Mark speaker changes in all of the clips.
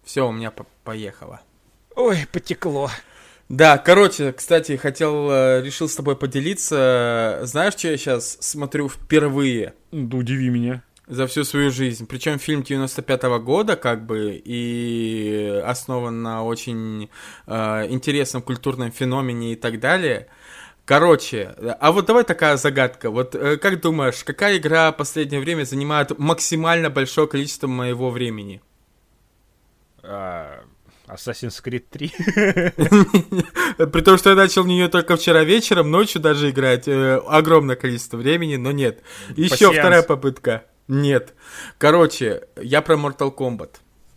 Speaker 1: Все, у меня поехало.
Speaker 2: Ой, потекло.
Speaker 1: Да, короче, кстати, решил с тобой поделиться. Знаешь, что я сейчас смотрю впервые?
Speaker 2: Да удиви меня.
Speaker 1: За всю свою жизнь. Причем фильм 95-го года, как бы, и основан на очень интересном культурном феномене и так далее. Короче, а вот давай такая загадка. Вот как думаешь, какая игра в последнее время занимает максимально большое количество моего времени?
Speaker 2: Assassin's Creed 3.
Speaker 1: При том, что я начал в нее только вчера вечером, ночью даже играть. Огромное количество времени, но нет. Еще вторая попытка. Нет. Короче, я про Mortal Kombat.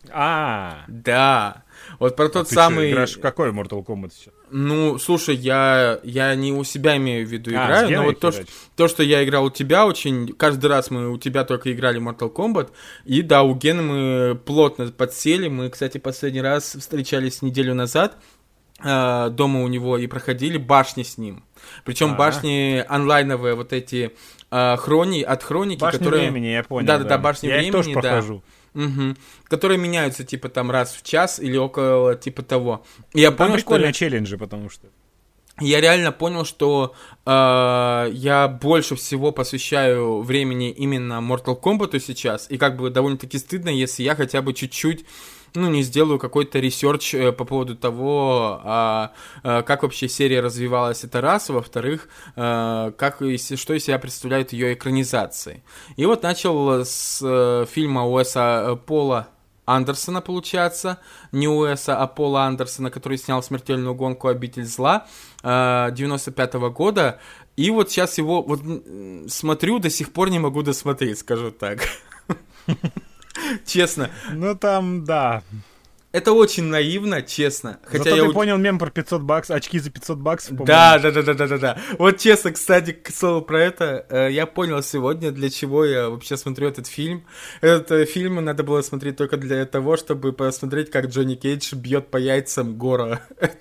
Speaker 1: Да. Вот про тот самый...
Speaker 2: Ты играешь в какой Mortal Kombat сейчас?
Speaker 1: Ну, слушай, я не у себя имею в виду играю, но вот то, что я играл у тебя очень... Каждый раз мы у тебя только играли в Mortal Kombat, и да, у Гены мы плотно подсели. Мы, кстати, последний раз встречались неделю назад, дома у него, и проходили башни с ним. Причем башни онлайновые, вот эти от хроники,
Speaker 2: башни
Speaker 1: которые...
Speaker 2: времени, я понял.
Speaker 1: Да, башни времени,
Speaker 2: я их тоже прохожу.
Speaker 1: Угу. Которые меняются, типа, там, раз в час или около, типа, того. И я понял,
Speaker 2: прикольные челленджи, потому что...
Speaker 1: Я реально понял, что я больше всего посвящаю времени именно Mortal Kombat сейчас, и как бы довольно-таки стыдно, если я хотя бы чуть-чуть, не сделаю какой-то ресерч по поводу того, как вообще серия развивалась, это раз, во-вторых, что из себя представляют ее экранизации. И вот начал с фильма Уэса Пола Андерсона, получается, не Уэса, а Пола Андерсона, который снял «Смертельную гонку. Обитель зла» 95-го года. И вот сейчас его смотрю, до сих пор не могу досмотреть, скажу так. Честно.
Speaker 2: Ну там, да.
Speaker 1: Это очень наивно, честно.
Speaker 2: Хотя ты понял мем про $500, очки за $500, по-моему.
Speaker 1: Да. Вот честно, кстати, к слову про это, я понял сегодня, для чего я вообще смотрю этот фильм. Этот фильм надо было смотреть только для того, чтобы посмотреть, как Джонни Кейдж бьет по яйцам Гора.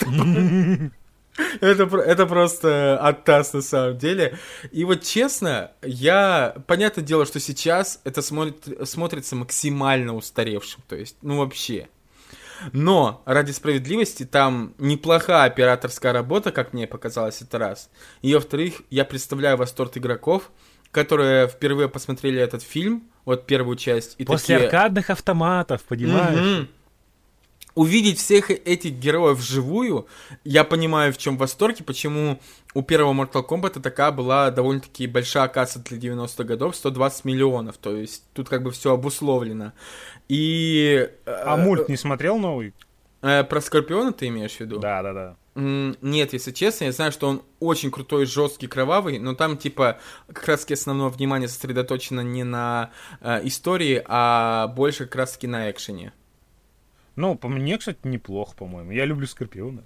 Speaker 1: Это просто оттас на самом деле. И вот честно, понятное дело, что сейчас это смотрится максимально устаревшим. То есть, вообще. Но ради справедливости там неплохая операторская работа, как мне показалось, это раз. И во-вторых, я представляю восторг игроков, которые впервые посмотрели этот фильм, вот первую часть. И
Speaker 2: после аркадных автоматов, понимаешь?
Speaker 1: Увидеть всех этих героев вживую, я понимаю, в чем восторг, и почему у первого Mortal Kombat такая была довольно-таки большая касса для 90-х годов, 120 миллионов, то есть тут как бы все обусловлено. И...
Speaker 2: А мульт не смотрел новый?
Speaker 1: Про Скорпиона ты имеешь в виду?
Speaker 2: Да.
Speaker 1: Нет, если честно, я знаю, что он очень крутой, жесткий, кровавый, но там, типа, как раз-таки основное внимание сосредоточено не на истории, а больше как раз-таки на экшене.
Speaker 2: По мне, кстати, неплохо, по-моему. Я люблю Скорпиона.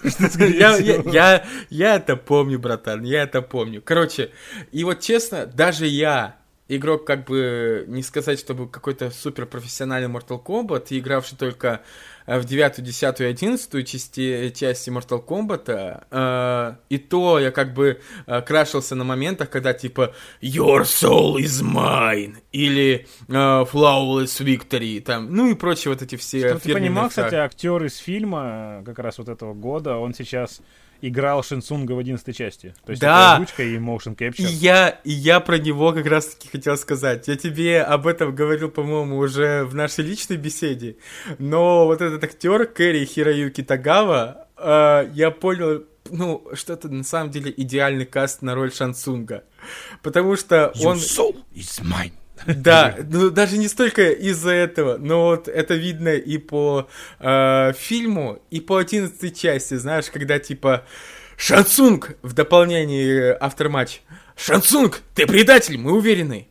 Speaker 1: Я это помню, братан, я это помню. Короче, и вот честно, даже я, игрок, как бы, не сказать, чтобы какой-то суперпрофессиональный Mortal Kombat, игравший только в 9, 10 и 11 части Mortal Kombat, и то я как бы крашился на моментах, когда типа «Your soul is mine» или «Flawless victory», там, и прочие вот эти все
Speaker 2: фирменные. Ты понимал, кстати, актер из фильма как раз вот этого года, он сейчас играл Шансунга в 11 части. То есть это озвучка и motion capture.
Speaker 1: И я про него как раз-таки хотел сказать. Я тебе об этом говорил, по-моему, уже в нашей личной беседе. Но вот этот актер Кэри Хироюки Тагава, я понял, что это на самом деле идеальный каст на роль Шансунга. Потому что он...
Speaker 2: Your soul is mine.
Speaker 1: Да, даже не столько из-за этого, но вот это видно и по фильму, и по 11 части, знаешь, когда типа «Шансунг» в дополнении Aftermatch. «Шансунг, ты предатель, мы уверены».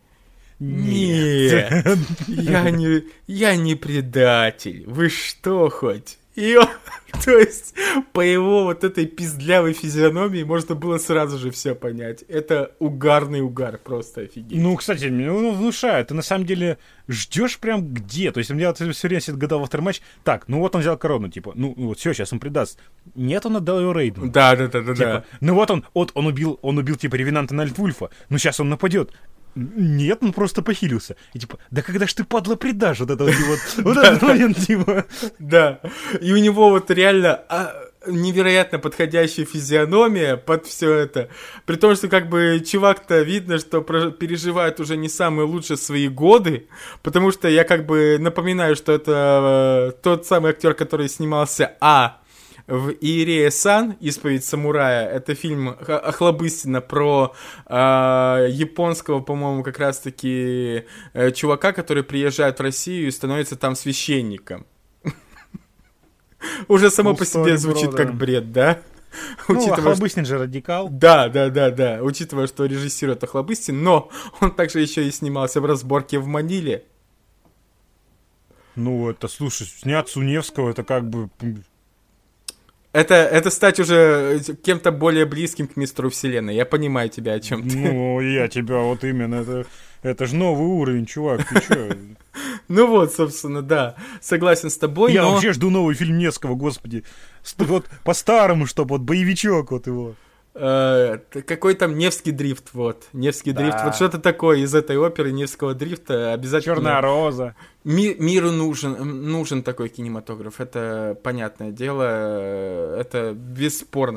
Speaker 1: Нет, я не предатель, вы что хоть? То есть, по его вот этой пиздлявой физиономии можно было сразу же все понять. Это угарный угар, просто офигеть.
Speaker 2: Кстати, внушает. Ты на самом деле ждешь прям где? То есть, у меня все время сидит гадал в Aftermatch. Так, вот он взял корону, типа, все, сейчас он предаст. Нет, он отдал ее Рейдену.
Speaker 1: Да.
Speaker 2: Типа, он убил, типа, ревенанта Нальтвульфа. Сейчас он нападет. Нет, он просто похилился. И типа, да когда ж ты, падла, предашь вот это вот этот момент, типа.
Speaker 1: Да, и у него вот реально невероятно подходящая физиономия под все это. При том, что как бы чувак-то видно, что переживает уже не самые лучшие свои годы, потому что я как бы напоминаю, что это тот самый актер, который снимался в «Иерея-сан. Исповедь самурая». Это фильм охлобыстина про японского, по-моему, как раз-таки чувака, который приезжает в Россию и становится там священником. Уже само по себе звучит как бред, да?
Speaker 2: Ну, Охлобыстин же радикал.
Speaker 1: Да. Учитывая, что режиссирует Охлобыстин, но он также еще и снимался в «Разборке в Маниле».
Speaker 2: Ну, это, слушай, снят с Невского, это как бы...
Speaker 1: Это стать уже кем-то более близким к мистеру Вселенной. Я понимаю тебя, о чем ты.
Speaker 2: Ну, я тебя вот именно... Это же новый уровень, чувак, ты чё?
Speaker 1: Ну вот, собственно, да. Согласен с тобой,
Speaker 2: Я вообще жду новый фильм Невского, господи. Вот по-старому, чтобы вот боевичок вот его.
Speaker 1: Какой там Невский дрифт, вот. Невский дрифт. Вот что-то такое из этой оперы Невского дрифта обязательно.
Speaker 2: Черная роза.
Speaker 1: Миру нужен такой кинематограф. Это понятное дело. Это бесспорно.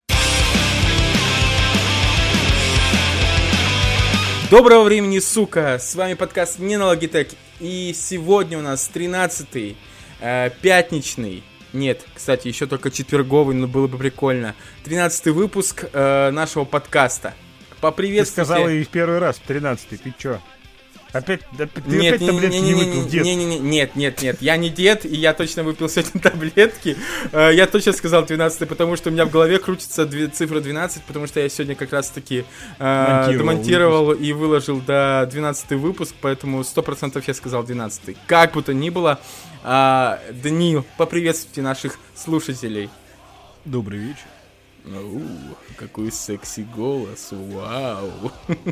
Speaker 1: Доброго времени, сука! С вами подкаст «Не на Logitech». И сегодня у нас 13-й, пятничный. Нет, кстати, еще только четверговый, но было бы прикольно. 13-й выпуск нашего подкаста. Поприветствуйте.
Speaker 2: Ты сказал и в первый раз, 13-й, ты чё? Опять таблетки не выпил, дед?
Speaker 1: Нет, я не дед, и я точно выпил сегодня таблетки. Я точно сказал 12-й, потому что у меня в голове крутится цифра 12, потому что я сегодня как раз-таки демонтировал и выложил, 12-й выпуск, поэтому 100% я сказал 12-й. Как бы то ни было, Даниил, поприветствуйте наших слушателей.
Speaker 2: Добрый вечер.
Speaker 1: Какой секси голос, вау.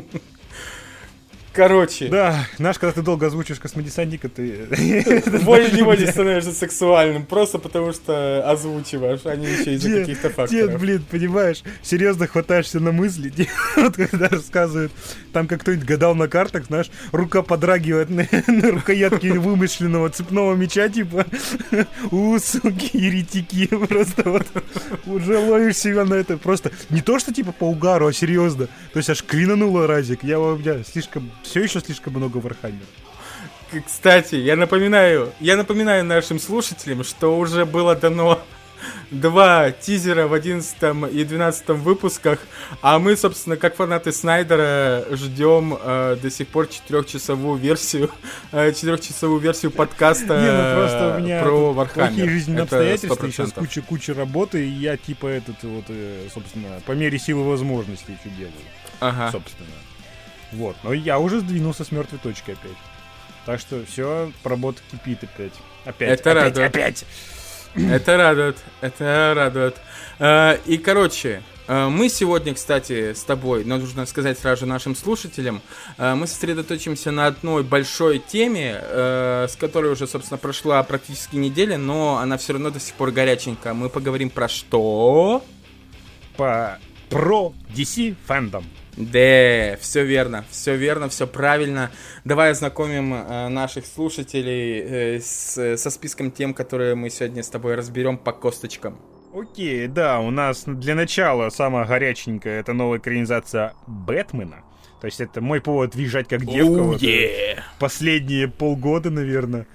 Speaker 1: Короче.
Speaker 2: Да, знаешь, когда ты долго озвучиваешь космодесантника, ты...
Speaker 1: Волей-неволей становишься сексуальным, просто потому что озвучиваешь, а не еще из-за каких-то факторов.
Speaker 2: Дед, блин, понимаешь, серьезно хватаешься на мысли, вот когда рассказывают, там как кто-нибудь гадал на картах, знаешь, рука подрагивает на рукоятке вымышленного цепного меча, типа, суки, еретики, просто вот уже ловишь себя на это, просто не то, что типа по угару, а серьезно, то есть аж клинануло разик, я все еще слишком много Вархаммера.
Speaker 1: Кстати, я напоминаю нашим слушателям, что уже было дано 2 тизера в 11 и 12 выпусках, а мы, собственно, как фанаты Снайдера, ждем до сих пор 4-часовую версию подкаста
Speaker 2: просто у меня
Speaker 1: про Вархаммер.
Speaker 2: Плохие жизненные обстоятельства, сейчас куча работы, и я типа собственно, по мере силы возможностей что делаю, собственно. Вот, но я уже сдвинулся с мертвой точки опять. Так что все, работа кипит опять. Опять.
Speaker 1: Это радует. И, короче, мы сегодня, кстати, с тобой, но нужно сказать сразу же нашим слушателям, мы сосредоточимся на одной большой теме, с которой уже, собственно, прошла практически неделя, но она все равно до сих пор горяченькая. Мы поговорим про что?
Speaker 2: Про DC фэндом.
Speaker 1: Да, все верно, все правильно. Давай ознакомим наших слушателей со списком тем, которые мы сегодня с тобой разберем по косточкам.
Speaker 2: Окей, да, у нас для начала самая горяченькая — это новая экранизация Бэтмена. То есть это мой повод визжать как девка. Последние полгода, наверное.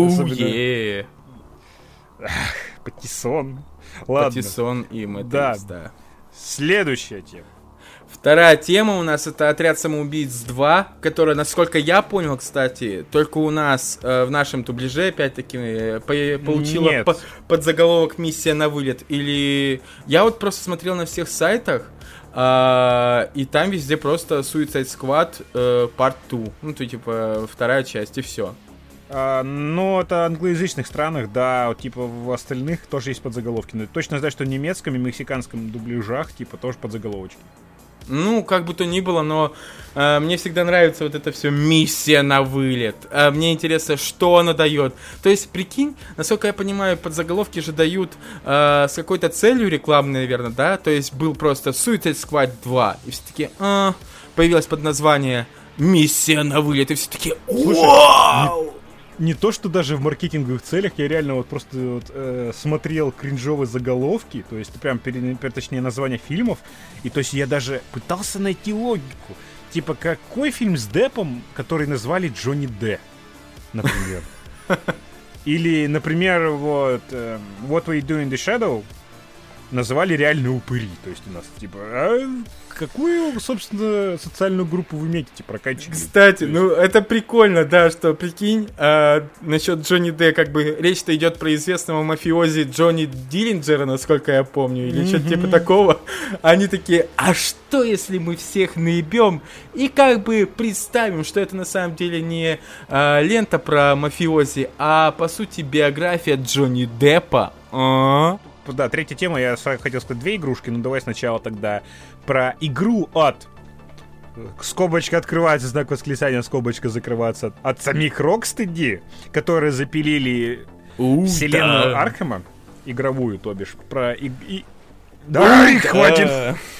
Speaker 2: Паттинсон. Ладно.
Speaker 1: Паттинсон и Мэтт Ривз, да.
Speaker 2: Следующая тема.
Speaker 1: Вторая тема у нас — это «Отряд самоубийц 2», которая, насколько я понял, кстати, только у нас в нашем дубляже, опять-таки, получила подзаголовок «Миссия на вылет». Или я вот просто смотрел на всех сайтах, и там везде просто Suicide Squad Part 2. Ну, то типа вторая часть, и все.
Speaker 2: Ну, это в англоязычных странах, да, типа в остальных тоже есть подзаголовки. Но точно знаю, что в немецком и мексиканском дубляжах типа тоже подзаголовочки.
Speaker 1: Ну, как бы то ни было, но мне всегда нравится вот это все «миссия на вылет». Мне интересно, что она дает. То есть, прикинь, насколько я понимаю, подзаголовки же дают с какой-то целью рекламной, наверное, да? То есть, был просто Suicide Squad 2, и все таки появилось под название миссия на вылет, и все такие,
Speaker 2: Слушай,
Speaker 1: вау!
Speaker 2: Не то, что даже в маркетинговых целях, я реально вот просто вот, смотрел кринжовые заголовки, то есть прям, точнее, названия фильмов, и то есть я даже пытался найти логику. Типа, какой фильм с Деппом, который назвали Джонни Д, например. Или, например, вот What We Do in the Shadow называли реально упыри. То есть у нас, типа, какую, собственно, социальную группу вы метите, прокачиваете?
Speaker 1: Кстати, ну это прикольно, да, что, прикинь, насчет Джонни Д, как бы речь-то идет про известного мафиози Джонни Диллинджера, насколько я помню, или что-то типа такого. Они такие, а что если мы всех наебем и как бы представим, что это на самом деле не лента про мафиози, а по сути биография Джонни Деппа.
Speaker 2: Да, третья тема, я хотел сказать 2 игрушки, но давай сначала тогда про игру от... Скобочка открывается, знак восклицания, скобочка закрывается. От самих Rocksteady, которые запилили вселенную Архема, игровую, то бишь, про... Да, хватит!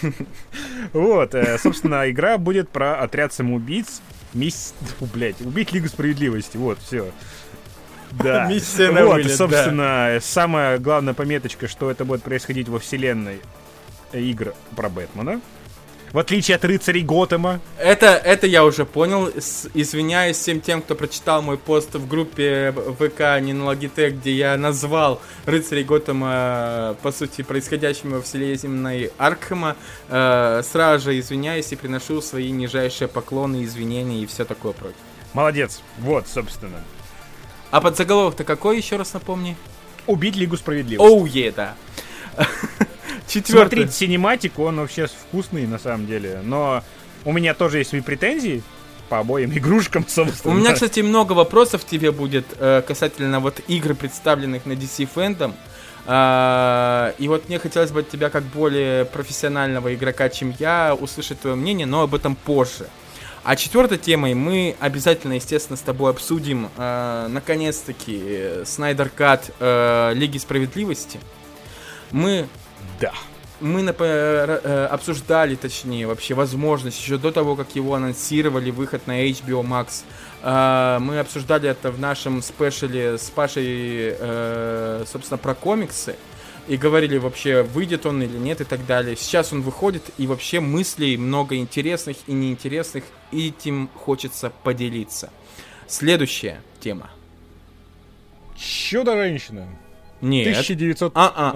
Speaker 2: Вот, собственно, игра будет про отряд самоубийц. Убить Лигу Справедливости, вот, все. Да.
Speaker 1: Миссия на вылет,
Speaker 2: собственно, самая главная пометочка, что это будет происходить во вселенной игр про Бэтмена. В отличие от рыцарей Готэма.
Speaker 1: Это я уже понял. Извиняюсь всем тем, кто прочитал мой пост в группе ВК не на Logitech, где я назвал рыцарей Готэма, по сути, происходящими во вселенной Аркхема. Сразу же извиняюсь и приношу свои нижайшие поклоны, извинения и все такое прочее.
Speaker 2: Молодец. Вот, собственно.
Speaker 1: А подзаголовок-то какой, еще раз напомни?
Speaker 2: Убить Лигу Справедливости.
Speaker 1: Оу, да.
Speaker 2: Смотрите синематику, он вообще вкусный на самом деле. Но у меня тоже есть свои претензии по обоим игрушкам, собственно.
Speaker 1: У меня, кстати, много вопросов к тебе будет касательно вот игр, представленных на DC Fandom. И вот мне хотелось бы от тебя, как более профессионального игрока, чем я, услышать твое мнение, но об этом позже. А 4-й темой мы обязательно, естественно, с тобой обсудим, наконец-таки, Снайдер Кат Лиги Справедливости. Мы обсуждали, точнее, вообще возможность, еще до того, как его анонсировали, выход на HBO Max. Мы обсуждали это в нашем спешле с Пашей, собственно, про комиксы. И говорили вообще, выйдет он или нет и так далее. Сейчас он выходит, и вообще мыслей много интересных и неинтересных, и этим хочется поделиться. Следующая тема.
Speaker 2: Чудо-женщина.
Speaker 1: Нет.
Speaker 2: 1900...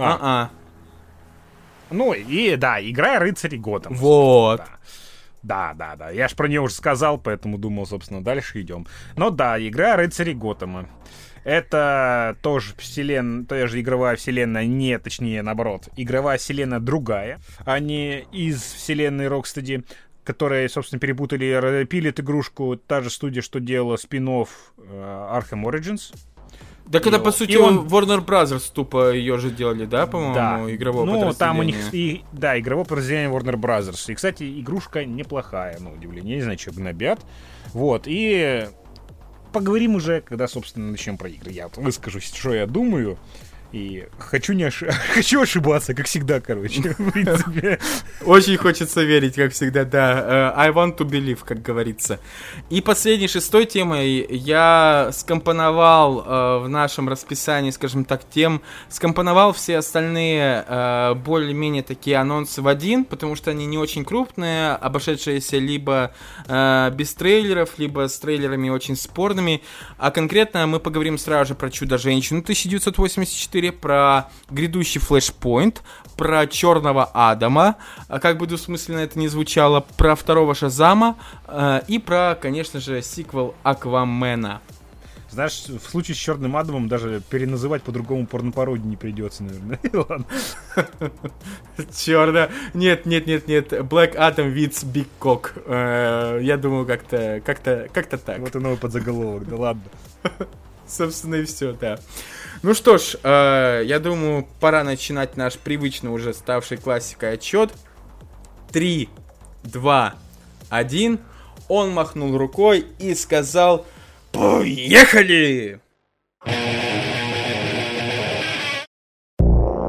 Speaker 2: Ну, и да, игра рыцарей Готэма.
Speaker 1: Вот.
Speaker 2: Да. Я ж про нее уже сказал, поэтому думал, собственно, дальше идем. Но да, игра рыцарей Готэма. Это тоже же игровая вселенная, точнее, наоборот, игровая вселенная другая, а не из вселенной Rocksteady, которые, собственно, пилит игрушку та же студия, что делала спин-офф Arkham Origins.
Speaker 1: Так это, по сути, Warner Brothers тупо ее же делали, да, по-моему,
Speaker 2: да.
Speaker 1: Игровое подразделение?
Speaker 2: Там у них, игровое подразделение Warner Brothers. И, кстати, игрушка неплохая, на удивление, не знаю, что гнобят. Вот, и... Поговорим уже, когда, собственно, начнем про игры. Я вот выскажусь, что я думаю. И хочу ошибаться, как всегда, короче. В принципе.
Speaker 1: Очень хочется верить, как всегда, да. I want to believe, как говорится. И последней, 6-й темой я скомпоновал в нашем расписании, скажем так, скомпоновал все остальные более-менее такие анонсы в один, потому что они не очень крупные, обошедшиеся либо без трейлеров, либо с трейлерами очень спорными. А конкретно мы поговорим сразу же про Чудо-женщину 1984, про грядущий Flashpoint, про Черного Адама, как бы двусмысленно это ни звучало, про второго Шазама и про, конечно же, сиквел Аквамена.
Speaker 2: Знаешь, в случае с Черным Адамом даже переназывать по-другому порнопародию не придется, наверное. Ладно.
Speaker 1: Черно. Нет. Black Adam with Big Cock. Я думаю, как-то так.
Speaker 2: Вот и новый подзаголовок, да ладно.
Speaker 1: Собственно, и все, да. Ну что ж, я думаю, пора начинать наш привычный уже ставший классикой отчет. 3, 2, 1. Он махнул рукой и сказал: «Поехали!»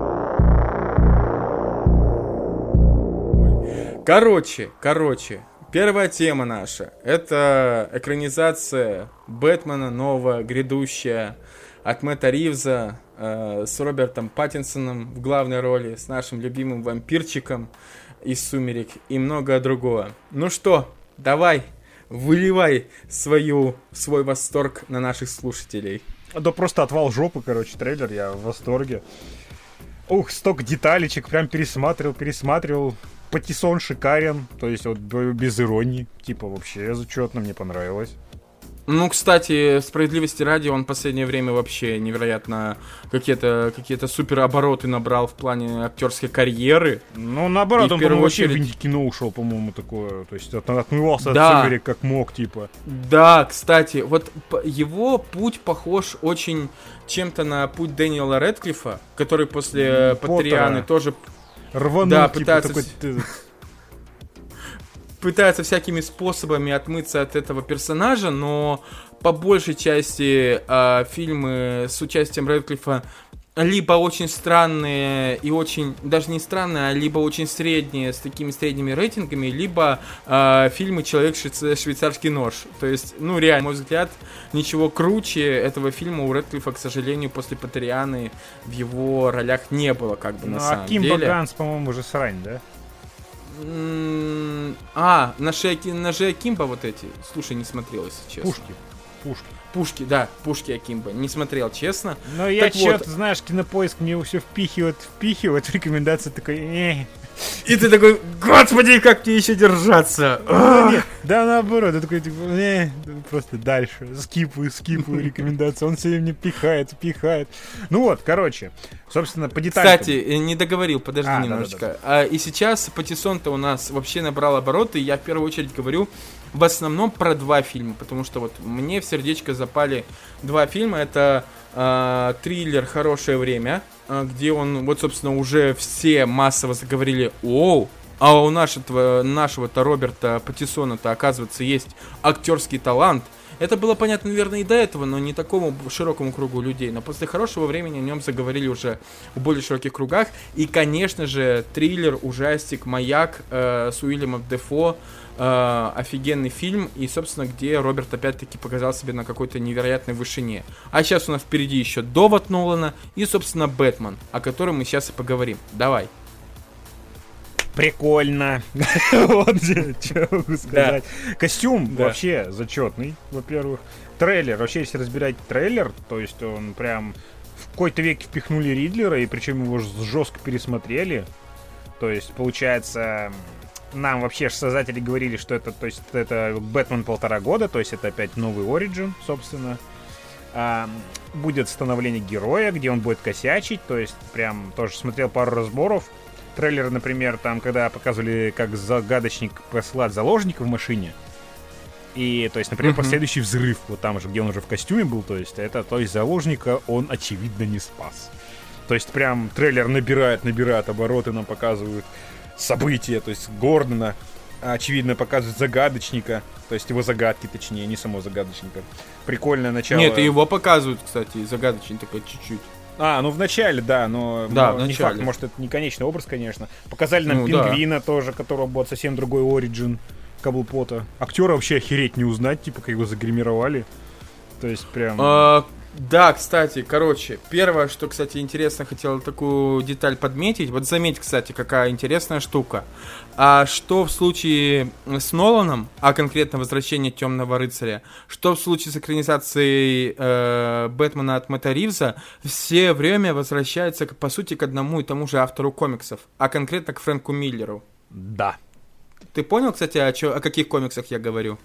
Speaker 1: Короче, Первая тема наша — это экранизация Бэтмена новая, грядущая, от Мэтта Ривза, с Робертом Паттинсоном в главной роли, с нашим любимым вампирчиком из «Сумерек» и многое другое. Ну что, давай, выливай свой восторг на наших слушателей.
Speaker 2: Да просто отвал жопы, короче, трейлер, я в восторге. Ух, столько деталечек, прям пересматривал. Паттинсон шикарен, то есть вот без иронии, типа вообще зачетно, мне понравилось.
Speaker 1: Ну, кстати, справедливости ради, он в последнее время вообще невероятно какие-то супер обороты набрал в плане актерской карьеры.
Speaker 2: Ну, наоборот, он, по-моему, вообще в инди-кино ушел, по-моему, такое. То есть отмывался от «Сумерек» как мог, типа.
Speaker 1: Да, кстати, вот его путь похож очень чем-то на путь Дэниела Рэдклиффа, который после Патрианы тоже...
Speaker 2: Рванул,
Speaker 1: да,
Speaker 2: типа, такой...
Speaker 1: Пытается всякими способами отмыться от этого персонажа, но по большей части фильмы с участием Рэдклиффа либо очень странные и очень, даже не странные, а либо очень средние, с такими средними рейтингами, либо фильмы «Человек-швейцарский нож». То есть, ну реально, на мой взгляд, ничего круче этого фильма у Рэдклиффа, к сожалению, после Патрианы в его ролях не было, как бы, на самом деле.
Speaker 2: Ну, а Кимба Ганс, по-моему, уже срань, да?
Speaker 1: Ножи Акимбо вот эти. Слушай, не смотрел, если честно. Пушки Акимбо. Не смотрел, честно.
Speaker 2: Но я что-то, знаешь, Кинопоиск мне все впихивает рекомендации такой...
Speaker 1: И ты такой, господи, как мне еще держаться?
Speaker 2: Да, наоборот, я такой, типа, просто дальше, скипаю рекомендации, он все мне пихает. Ну вот, короче, собственно, по деталям.
Speaker 1: Кстати, не договорил, подожди немножечко. Да. И сейчас Паттинсон-то у нас вообще набрал обороты, и я в первую очередь говорю в основном про два фильма, потому что вот мне в сердечко запали два фильма, это триллер «Хорошее время», где он, вот, собственно, уже все массово заговорили: оу, а у нашего-то Роберта Паттинсона-то, оказывается, есть актерский талант. Это было понятно, наверное, и до этого, но не такому широкому кругу людей. Но после «Хорошего времени» о нем заговорили уже в более широких кругах. И, конечно же, триллер, ужастик, «Маяк» с Уильямом Дефо. Офигенный фильм, и, собственно, где Роберт опять-таки показал себя на какой-то невероятной вышине. А сейчас у нас впереди еще «Довод» Нолана и, собственно, «Бэтмен», о котором мы сейчас и поговорим. Давай.
Speaker 2: Прикольно. Вот что могу сказать. Костюм вообще зачетный, во-первых. Трейлер, вообще, если разбирать трейлер, то есть он прям в какой-то веке впихнули Ридлера, и причем его жестко пересмотрели. То есть, получается... Нам вообще создатели говорили, что это, то есть, это Бэтмен 1,5 года, то есть это опять новый Origin, собственно. Будет становление героя, где он будет косячить, то есть прям тоже смотрел пару разборов. Трейлер, например, там, когда показывали, как загадочник посылает заложника в машине. И, то есть, например, последующий взрыв, вот там же, где он уже в костюме был, то есть заложника он, очевидно, не спас. То есть прям трейлер набирает обороты, нам показывают события, то есть Гордона, очевидно, показывают загадочника, то есть его загадки, точнее, не само загадочника. Прикольное начало.
Speaker 1: Нет, и его показывают, кстати, загадочник такой чуть-чуть.
Speaker 2: Ну в начале, да, но не факт, может, это не конечный образ, конечно. Показали нам Пингвина тоже, которого будет совсем другой оригин Каблпота. Актера вообще охереть не узнать, типа, как его загримировали. То есть прям...
Speaker 1: Да, кстати, первое, что, кстати, интересно, хотел такую деталь подметить. Вот заметь, кстати, какая интересная штука. Что в случае с Ноланом, а конкретно «Возвращение Темного рыцаря», что в случае с экранизацией Бэтмена от Мэтта Ривза, все время возвращается, по сути, к одному и тому же автору комиксов, а конкретно к Фрэнку Миллеру.
Speaker 2: Да.
Speaker 1: Ты понял, кстати, о каких комиксах я говорю?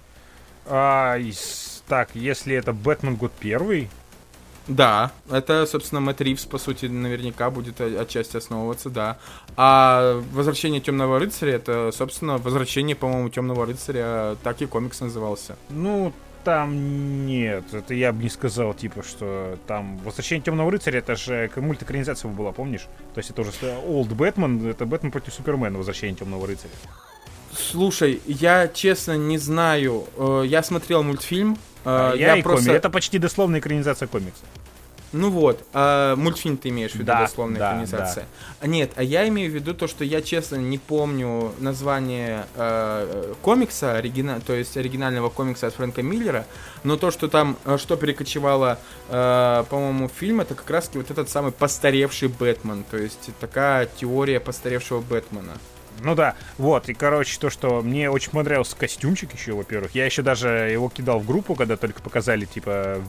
Speaker 2: Так, если это «Бэтмен. Год первый».
Speaker 1: Да, это, собственно, Мэтт Ривз, по сути, наверняка будет отчасти основываться, да. А «Возвращение Темного рыцаря» — это, собственно, «Возвращение, по-моему, Темного рыцаря», так и комикс назывался.
Speaker 2: Ну, там нет, это я бы не сказал, типа, что там «Возвращение Темного рыцаря» — это же мультэкранизация была, помнишь? То есть это уже Old Batman, это «Бэтмен против Супермена», «Возвращение Темного рыцаря».
Speaker 1: Слушай, я честно не знаю, я смотрел мультфильм.
Speaker 2: Я и просто... Это почти дословная экранизация комикса.
Speaker 1: Ну вот, мультфильм ты имеешь в виду, дословная экранизация. Нет, а я имею в виду то, что я, честно, не помню название комикса, то есть оригинального комикса от Фрэнка Миллера, но то, что там, что перекочевало, по-моему, в фильм, это как раз вот этот самый постаревший Бэтмен, то есть такая теория постаревшего Бэтмена.
Speaker 2: Ну да, вот, и, короче, то, что мне очень понравился костюмчик еще, во-первых. Я еще даже его кидал в группу, когда только показали, типа,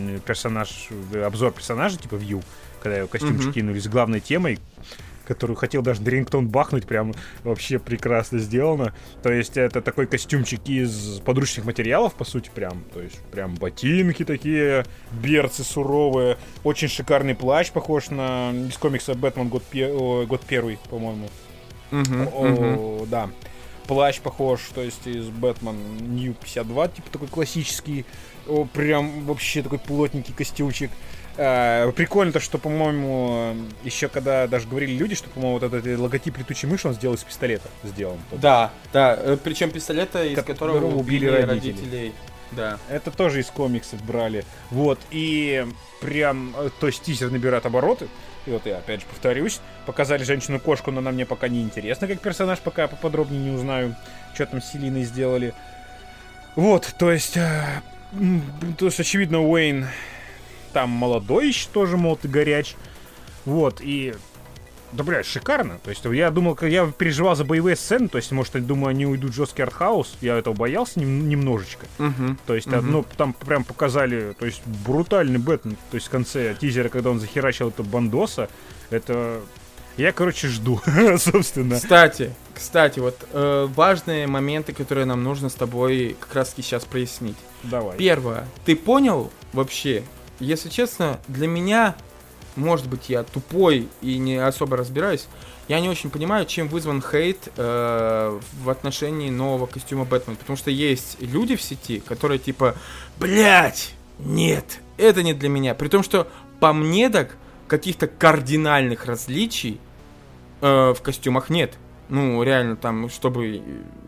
Speaker 2: обзор персонажа, типа, View, когда его костюмчик кинули с главной темой, которую хотел даже на рингтон бахнуть, прям вообще прекрасно сделано. То есть это такой костюмчик из подручных материалов, по сути, прям. То есть прям ботинки такие, берцы суровые, очень шикарный плащ, похож на из комикса «Бэтмен. Год первый», по-моему. Да. Плащ похож, то есть из Бэтмен New 52, типа такой классический, прям вообще такой плотненький костюмчик. Прикольно то, что, по-моему, еще когда даже говорили люди, что, по-моему, вот этот логотип летучей мыши он сделал из пистолета.
Speaker 1: Да, причем пистолета, из которого убили родителей. Да.
Speaker 2: Это тоже из комиксов брали. Вот, и прям, то есть тизер набирает обороты. И вот я опять же повторюсь, показали женщину-кошку, но она мне пока не интересна как персонаж, пока я поподробнее не узнаю, что там с Селиной сделали. Вот, то есть очевидно, Уэйн там молодой еще тоже, молод и горяч. Вот, и... Да, блядь, шикарно. То есть я думал, я переживал за боевые сцены, то есть, может, я думаю, они уйдут в жесткий артхаус. Я этого боялся немножечко. То есть, ну, там прям показали, то есть, брутальный Бэтмен. То есть, в конце тизера, когда он захерачил этого бандоса, это... Я, короче, жду, собственно.
Speaker 1: Кстати, вот важные моменты, которые нам нужно с тобой как раз-таки сейчас прояснить.
Speaker 2: Давай.
Speaker 1: Первое. Ты понял вообще, если честно, для меня... Может быть, я тупой и не особо разбираюсь. Я не очень понимаю, чем вызван хейт в отношении нового костюма Бэтмена. Потому что есть люди в сети, которые типа, блять, нет, это не для меня. При том, что по мне так каких-то кардинальных различий в костюмах нет. Ну, реально там, чтобы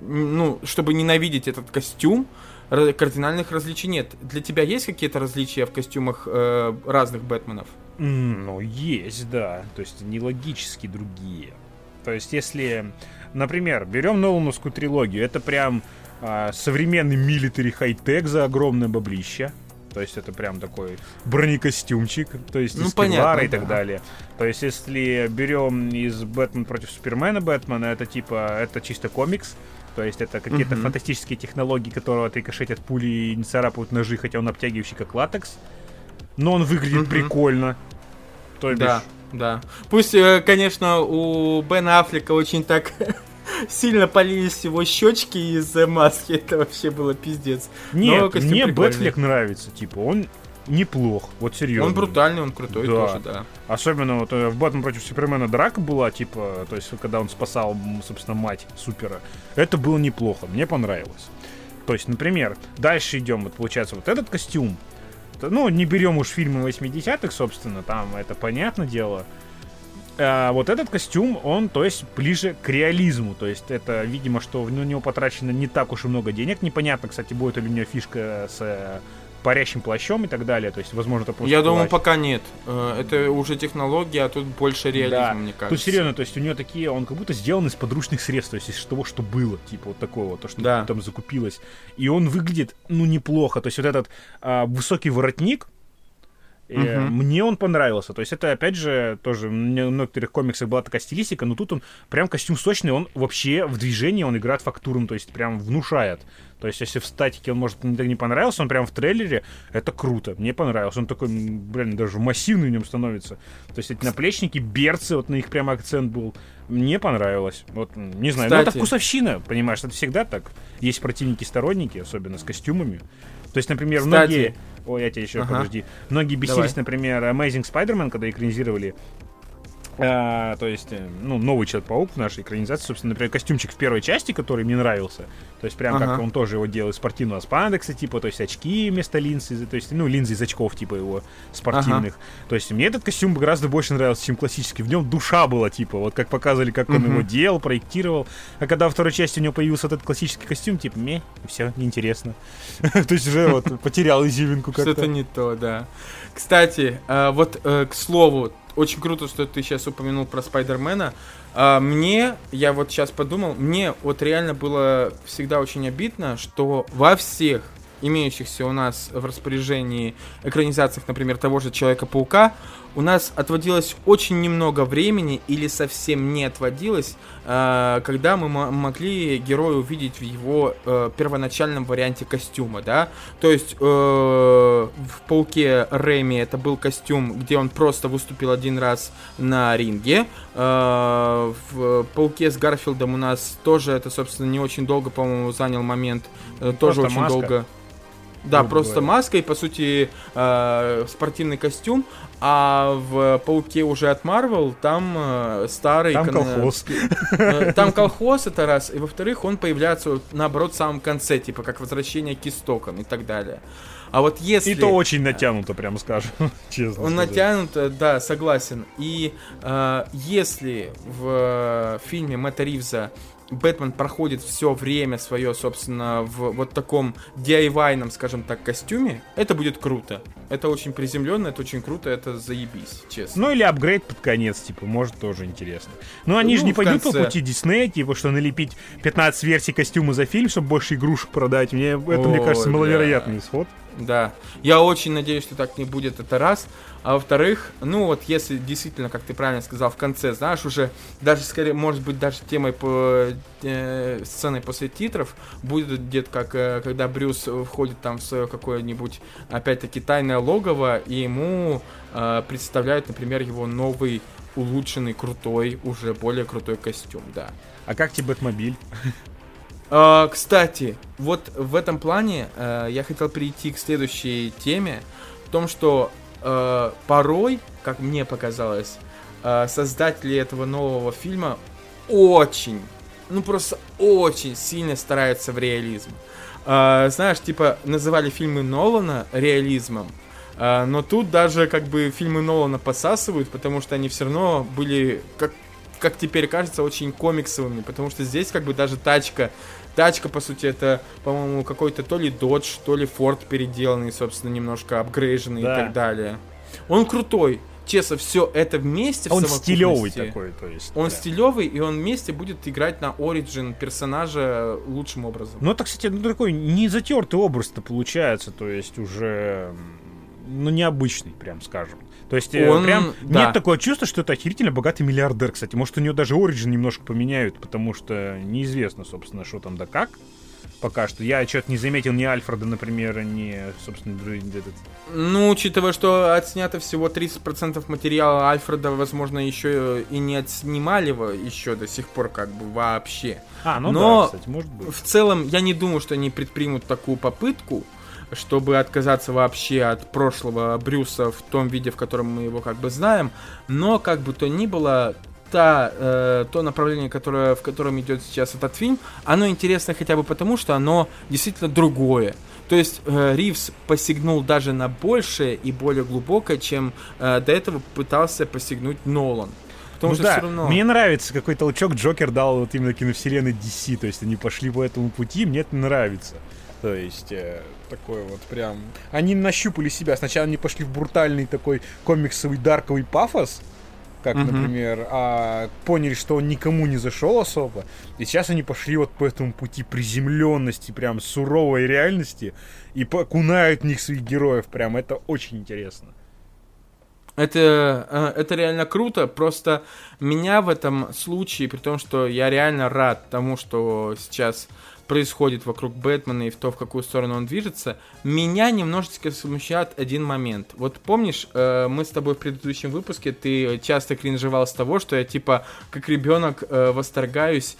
Speaker 1: ненавидеть этот костюм, кардинальных различий нет. Для тебя есть какие-то различия в костюмах разных Бэтменов?
Speaker 2: Ну, есть, да. То есть, нелогически другие. То есть, если, например, берем Нолановскую трилогию, это прям современный милитари хай-тек за огромное баблище. То есть, это прям такой бронекостюмчик, то есть, из Кевлара и так далее. То есть, если берем из Бэтмен против Супермена Бэтмена, это типа, это чисто комикс. То есть, это какие-то фантастические технологии, которые отрикошетят пули и не царапают ножи, хотя он обтягивающий как латекс. Но он выглядит прикольно. То бишь...
Speaker 1: Да. Пусть, конечно, у Бена Аффлека очень так сильно полились его щечки из-за маски. Это вообще было пиздец.
Speaker 2: Нет, мне Бэтфлек нравится. Типа, он неплох. Вот серьезно.
Speaker 1: Он брутальный, он крутой тоже, да.
Speaker 2: Особенно вот в «Бэтмен против Супермена» драка была, типа, то есть, когда он спасал, собственно, мать Супера. Это было неплохо. Мне понравилось. То есть, например, дальше идем. Вот получается, вот этот костюм. Ну, не берем уж фильмы 80-х, собственно, там это понятное дело. А вот этот костюм, он, то есть, ближе к реализму. То есть, это, видимо, что на него потрачено не так уж и много денег. Непонятно, кстати, будет ли у него фишка с парящим плащом и так далее. То есть, возможно, это просто
Speaker 1: Я думаю, пока нет. Это уже технология, а тут больше реализма, мне кажется.
Speaker 2: Тут серьезно, то есть, у него такие, он как будто сделан из подручных средств, то есть, из того, что было, типа, вот такого, то, что там закупилось. И он выглядит, ну, неплохо. То есть, вот этот высокий воротник, мне он понравился. То есть, это, опять же, тоже в некоторых комиксах была такая стилистика, но тут он прям костюм сочный, он вообще в движении, он играет фактурным, то есть, прям внушает. То есть, если в статике он, может, не понравился, он прям в трейлере, это круто. Мне понравился. Он такой, блин, даже массивный в нем становится. То есть, эти наплечники, берцы, вот на них прям акцент был. Мне понравилось. Вот, не знаю, но это вкусовщина, понимаешь, это всегда так. Есть противники-сторонники, особенно с костюмами. То есть, например, многие... Ой, я тебя еще, подожди. Многие бесились, например, Amazing Spider-Man, когда экранизировали. То есть, новый Человек-паук в нашей экранизации, собственно, например, костюмчик в первой части, который мне нравился. То есть, прям как он тоже его делал из спортивного спандекса, типа, то есть, очки вместо линз, то есть, линзы из очков, типа, его спортивных. То есть, мне этот костюм гораздо больше нравился, чем классический. В нем душа была, типа, вот как показывали, как он его делал, проектировал. А когда во второй части у него появился этот классический костюм, типа, все, неинтересно. То есть, уже вот потерял изюминку как-то.
Speaker 1: Что-то не то, да. Кстати, вот, к слову, очень круто, что ты сейчас упомянул про Спайдермена. Я вот сейчас подумал, мне вот реально было всегда очень обидно, что во всех имеющихся у нас в распоряжении экранизациях, например, того же Человека-паука, у нас отводилось очень немного времени или совсем не отводилось, когда мы могли героя увидеть в его первоначальном варианте костюма, да. То есть в Пауке Рэйми это был костюм, где он просто выступил один раз на ринге. В Пауке с Гарфилдом у нас тоже это, собственно, не очень долго, по-моему, занял момент. Тоже очень маска. Долго. Да, просто маска и, по сути, спортивный костюм. А в Пауке уже от Marvel там старый...
Speaker 2: Там колхоз.
Speaker 1: Там колхоз, это раз. И, во-вторых, он появляется, наоборот, в самом конце, типа, как возвращение к истокам и так далее. А вот если...
Speaker 2: И то очень натянуто, прямо скажем, честно.
Speaker 1: Он натянуто, да, согласен. И если в фильме Мэтта Ривза Бэтмен проходит все время свое, собственно, в вот таком DIY-ном, скажем так, костюме, это будет круто. Это очень приземленно, это очень круто, это заебись, честно.
Speaker 2: Ну или апгрейд под конец, типа, может тоже интересно. Но они же не пойдут по пути Диснея, типа, что налепить 15 версий костюма за фильм, чтобы больше игрушек продать. Мне кажется, маловероятный исход.
Speaker 1: Да, я очень надеюсь, что так не будет, это раз. А во-вторых, вот если действительно, как ты правильно сказал, в конце, знаешь, уже даже скорее, может быть, даже темой по сценой после титров будет где-то как, когда Брюс входит там в свое какое-нибудь, опять-таки, тайное логово, и ему представляют, например, его новый, улучшенный, крутой, уже более крутой костюм, да.
Speaker 2: А как тебе Бэтмобиль?
Speaker 1: Кстати, вот в этом плане я хотел перейти к следующей теме, в том, что порой, как мне показалось, создатели этого нового фильма очень, просто очень сильно стараются в реализм. Знаешь, типа, называли фильмы Нолана реализмом, но тут даже как бы фильмы Нолана посасывают, потому что они все равно были, как теперь кажется, очень комиксовыми, потому что здесь как бы даже тачка, по сути, это, по-моему, какой-то то ли Dodge, то ли Ford переделанный, собственно, немножко апгрейженный, да, и так далее. Он крутой. Честно, все это вместе,
Speaker 2: он стилевый такой, то есть.
Speaker 1: Он стилевый, и он вместе будет играть на оригин персонажа лучшим образом.
Speaker 2: Ну, это, кстати, такой не затертый образ-то получается, то есть уже, необычный, прям скажем. То есть прям да, нет такого чувства, что это охерительно богатый миллиардер, кстати. Может, у него даже оригин немножко поменяют, потому что неизвестно, собственно, что там да как. Пока что. Я что-то не заметил ни Альфреда, например, ни, собственно, этот...
Speaker 1: учитывая, что отснято всего 30% материала, Альфреда, возможно, еще и не отснимали его еще до сих пор как бы вообще. Но,
Speaker 2: да, кстати, может быть.
Speaker 1: В целом, я не думаю, что они предпримут такую попытку, чтобы отказаться вообще от прошлого Брюса в том виде, в котором мы его как бы знаем. Но, как бы то ни было, то направление, в котором идет сейчас этот фильм, оно интересно хотя бы потому, что оно действительно другое. То есть Ривз посягнул даже на большее и более глубокое, чем до этого пытался посягнуть Нолан. Потому что все равно...
Speaker 2: Мне нравится, какой толчок Джокер дал вот именно киновселенной DC. То есть они пошли по этому пути, мне это нравится. То есть такой вот прям... Они нащупали себя. Сначала они пошли в брутальный такой комиксовый дарковый пафос, как, например, поняли, что он никому не зашел особо. И сейчас они пошли вот по этому пути приземленности, прям суровой реальности, и окунают в них своих героев. Прям это очень интересно.
Speaker 1: Это реально круто, просто меня в этом случае, при том, что я реально рад тому, что сейчас происходит вокруг Бэтмена и в то, в какую сторону он движется, меня немножечко смущает один момент. Вот помнишь, мы с тобой в предыдущем выпуске, ты часто кринжевал с того, что я типа как ребенок восторгаюсь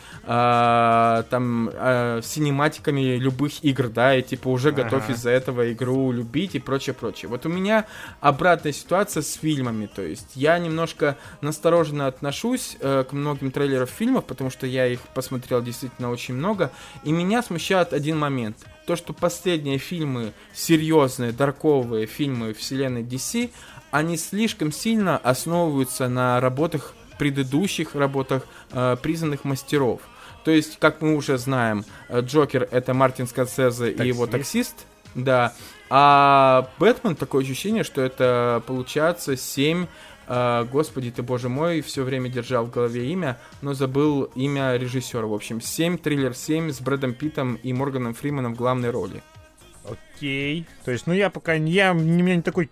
Speaker 1: синематиками любых игр, да, и типа уже готов из-за этого игру любить и прочее. Вот у меня обратная ситуация с фильмами, то есть я немножко настороженно отношусь к многим трейлерам фильмов, потому что я их посмотрел действительно очень много, и меня смущает один момент. То, что последние фильмы, серьезные, дарковые фильмы вселенной DC, они слишком сильно основываются на предыдущих работах признанных мастеров. То есть, как мы уже знаем, Джокер — это Мартин Скорсезе и его «Таксист», да, а Бэтмен, такое ощущение, что это, получается, 7... Господи ты, боже мой, все время держал в голове имя, но забыл имя режиссера. В общем, триллер 7 с Брэдом Питтом и Морганом Фрименом в главной роли.
Speaker 2: Окей. То есть, у меня не такой...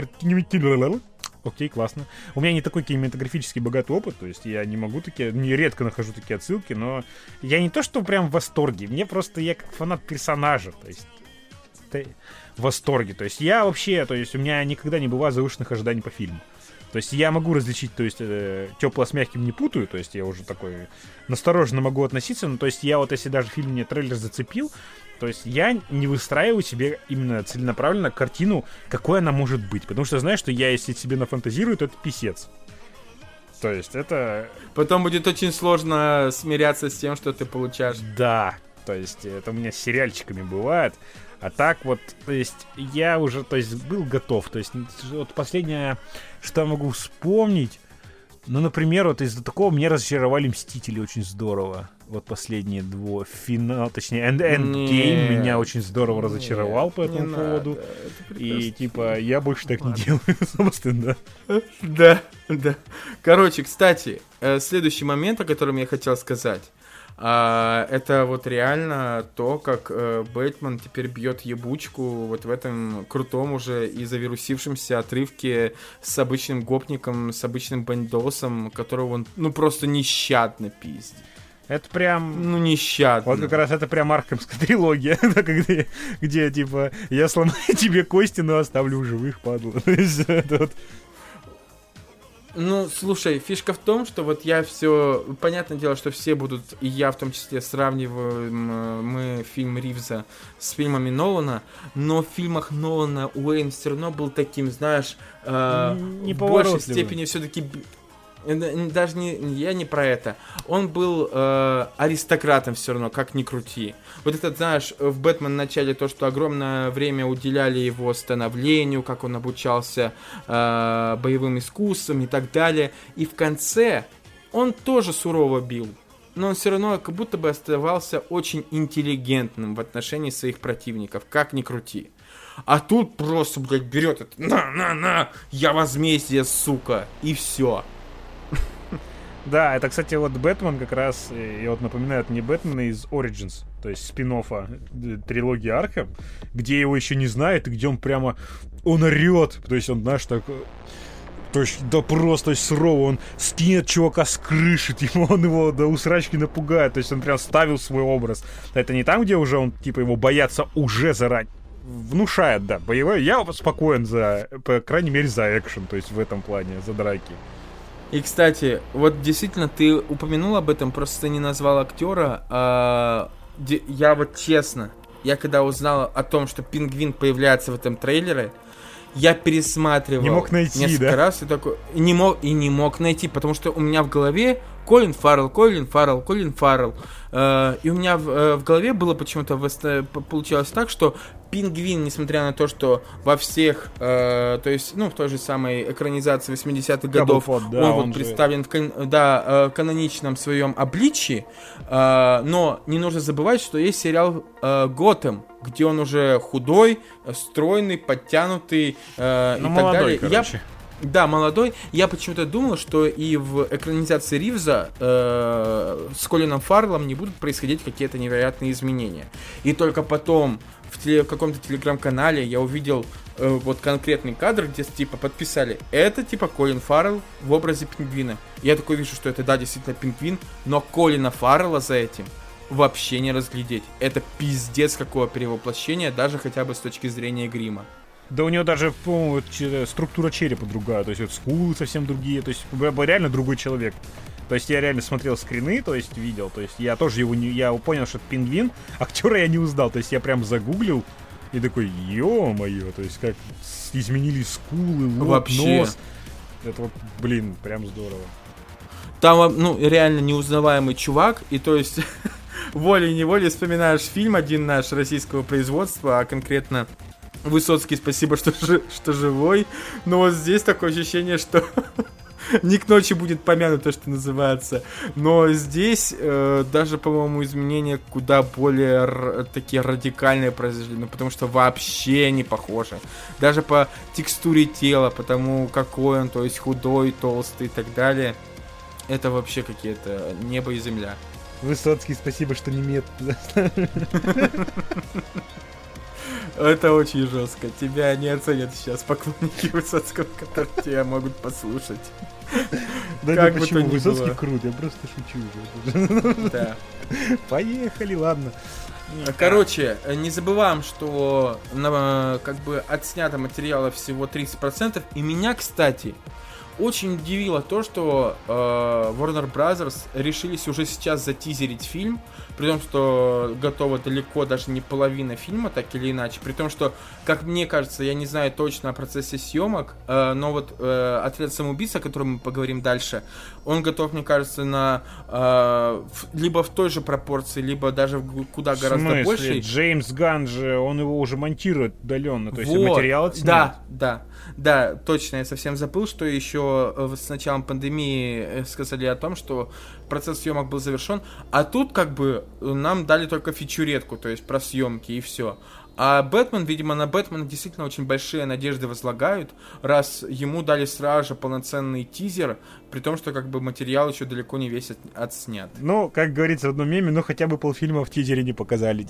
Speaker 2: Окей, классно. У меня не такой кинематографически богатый опыт, то есть я редко нахожу такие отсылки, но я не то, что прям в восторге, я как фанат персонажа, то есть в восторге. То есть я вообще, у меня никогда не бывает завышенных ожиданий по фильму. То есть я могу различить, то есть теплое с мягким не путаю, то есть я уже такой настороженно могу относиться, но то есть я если даже фильм мне трейлер зацепил, то есть я не выстраиваю себе именно целенаправленно картину, какой она может быть, потому что знаю, что если себе нафантазирую, то это писец. То есть это...
Speaker 1: Потом будет очень сложно смиряться с тем, что ты получаешь.
Speaker 2: Да, то есть это у меня с сериальчиками бывает. А так то есть я уже, был готов. То есть последнее, что я могу вспомнить, например, из-за такого меня разочаровали «Мстители» очень здорово. Последние Endgame меня очень здорово разочаровал по этому поводу. И я больше так не делаю, собственно.
Speaker 1: Да. Короче, кстати, следующий момент, о котором я хотел сказать. Это реально то, как Бэтмен теперь бьет ебучку в этом крутом уже и завирусившемся отрывке с обычным гопником, с обычным бандосом, которого он просто нещадно пиздит.
Speaker 2: Это прям...
Speaker 1: нещадно.
Speaker 2: Как раз это прям аркхемская трилогия, где я сломаю тебе кости, но оставлю в живых, падла.
Speaker 1: Слушай, фишка в том, что я все... Понятное дело, что все будут, и я в том числе, сравниваем мы фильм Ривза с фильмами Нолана, но в фильмах Нолана Уэйн все равно был таким, знаешь, в большей степени все-таки... Даже я не про это. Он был аристократом все равно, как ни крути. Знаешь, в «Бэтмен» в начале то, что огромное время уделяли его становлению, как он обучался боевым искусствам и так далее. И в конце он тоже сурово бил. Но он все равно как будто бы оставался очень интеллигентным в отношении своих противников, как ни крути. А тут просто, берет это, на, я возмездие, сука, и все.
Speaker 2: Да, это, кстати, Бэтмен как раз, и напоминает мне Бэтмена из Origins, то есть спин-оффа трилогии Арkham, где его еще не знают, и где он орет, то есть он, знаешь, так... То есть, просто сурово, он скинет чувака с крыши, он его до усрачки напугает, то есть он прям ставил свой образ. Это не там, где уже он, его боятся уже заранее. Внушает, да, боевой. Я спокоен по крайней мере, за экшен, то есть в этом плане, за драки.
Speaker 1: И, кстати, действительно, ты упомянул об этом, просто не назвал актера. Я честно, когда узнал о том, что Пингвин появляется в этом трейлере, я пересматривал несколько раз и такой не мог найти, потому что у меня в голове Колин Фаррелл. И у меня в голове было почему-то получалось так, что Пингвин, несмотря на то, что во всех, то есть, в той же самой экранизации 80-х годов, он представлен в каноничном своем обличии, но не нужно забывать, что есть сериал «Готэм», где он уже худой, стройный, подтянутый и так
Speaker 2: молодой,
Speaker 1: далее. Да, молодой. Я почему-то думал, что и в экранизации Ривза с Колином Фарреллом не будут происходить какие-то невероятные изменения. И только потом в каком-то телеграм-канале я увидел конкретный кадр, где подписали: это Колин Фаррелл в образе Пингвина. Я такой вижу, что это действительно Пингвин, но Колина Фаррелла за этим вообще не разглядеть. Это пиздец какое перевоплощение, даже хотя бы с точки зрения грима.
Speaker 2: Да у него даже, по-моему, структура черепа другая, то есть вот скулы совсем другие, то есть реально другой человек. То есть я реально смотрел скрины, то есть видел, то есть я тоже его не... Я понял, что это пингвин, актера я не узнал, то есть я прям загуглил и такой, ё-моё, то есть как изменились скулы, лоб,
Speaker 1: вообще.
Speaker 2: нос. Это вот, блин, прям здорово.
Speaker 1: Там, ну, реально неузнаваемый чувак, и то есть волей-неволей вспоминаешь фильм один наш российского производства, а конкретно Высоцкий, спасибо, что живой. Но вот здесь такое ощущение, что не к ночи будет помянуто, что называется. Но здесь даже, по-моему, изменения куда более такие радикальные произошли. Ну, потому что вообще не похоже. Даже по текстуре тела, по тому, какой он, то есть худой, толстый и так далее. Это вообще какие-то небо и земля.
Speaker 2: Высоцкий, спасибо, что не мед.
Speaker 1: Это очень жестко. Тебя не оценят сейчас поклонники Высоцкого, которые тебя могут послушать.
Speaker 2: Да как бы почему? Высоцкий крут, я просто шучу уже. Да. Поехали, ладно.
Speaker 1: Короче, не забываем, что как бы отснято материала всего 30%. И меня, кстати, очень удивило то, что Warner Brothers решились уже сейчас затизерить фильм, при том, что готова далеко даже не половина фильма, так или иначе, при том, что, как мне кажется, я не знаю точно о процессе съемок, но вот «Отряд самоубийц», о котором мы поговорим дальше, он готов, мне кажется, на либо в той же пропорции, либо даже куда гораздо больше.
Speaker 2: Джеймс Ганн же, он его уже монтирует удаленно, то есть вот. Материал отснят.
Speaker 1: Да, точно, я совсем забыл, что еще с началом пандемии сказали о том, что процесс съемок был завершен, а тут как бы нам дали только фичуретку, то есть про съемки и все. А Бэтмен, видимо, на Бэтмена действительно очень большие надежды возлагают, раз ему дали сразу же полноценный тизер, при том, что как бы материал еще далеко не весь отснят.
Speaker 2: Ну, как говорится в одном меме, ну хотя бы полфильма в тизере не показали.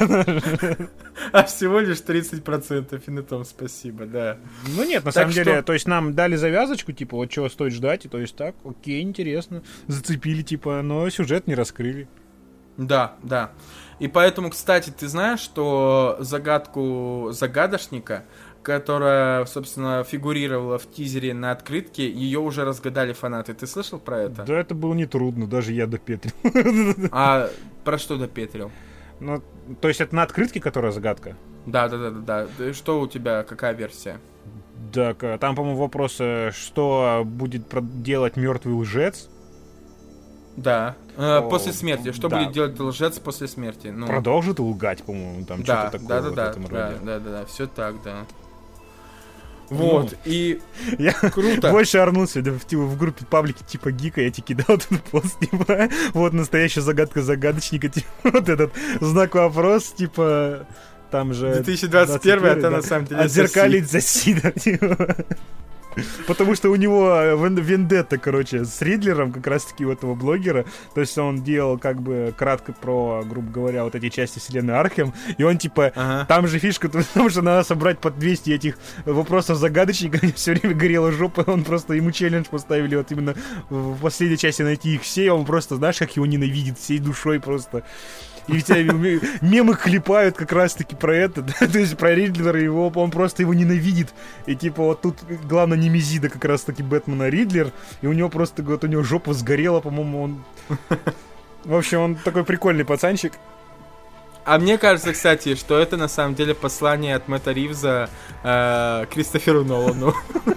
Speaker 1: А всего лишь 30%, и на том спасибо, да.
Speaker 2: Ну нет, на самом деле, то есть нам дали завязочку, типа, вот чего стоит ждать, и то есть так, окей, интересно, зацепили, типа, но сюжет не раскрыли.
Speaker 1: Да. И поэтому, кстати, ты знаешь, что загадку загадочника, которая, собственно, фигурировала в тизере на открытке, ее уже разгадали фанаты. Ты слышал про это?
Speaker 2: Да, это было нетрудно, даже я допетрил.
Speaker 1: А про что допетрил?
Speaker 2: Ну, то есть это на открытке, которая загадка?
Speaker 1: Да. Что у тебя, какая версия?
Speaker 2: Так, там, по-моему, вопрос, что будет делать мертвый лжец?
Speaker 1: Да. После смерти. Что будет делать лжец после смерти? Ну,
Speaker 2: продолжит лгать, по-моему, там что-то такое в этом роде.
Speaker 1: Да, все так, да. Вот, и
Speaker 2: я
Speaker 1: круто.
Speaker 2: Больше орнулся в группе паблики типа Гика, я тебе кидал этот пост, типа, вот настоящая загадка загадочника, типа, вот этот знак вопрос, типа, там же...
Speaker 1: 2021, это на самом деле
Speaker 2: отзеркалить Засида, типа. Потому что у него вендетта, короче, с Ридлером, как раз-таки у этого блогера. То есть он делал, как бы, кратко про, грубо говоря, вот эти части вселенной Архем. И он, типа, там же фишка, потому что надо собрать по 200 этих вопросов загадочника. Все время горела жопа. Он просто, ему челлендж поставили вот именно в последней части найти их все. И он просто, знаешь, как его ненавидит всей душой просто. И тебя мемы клепают как раз-таки про это, да? То есть про Ридлера, его, он просто его ненавидит. И типа вот тут главное немезида как раз-таки Бэтмена Ридлер, и у него просто, вот у него жопа сгорела, по-моему, он... В общем, он такой прикольный пацанчик.
Speaker 1: А мне кажется, кстати, что это на самом деле послание от Мэтта Ривза Кристоферу Нолану.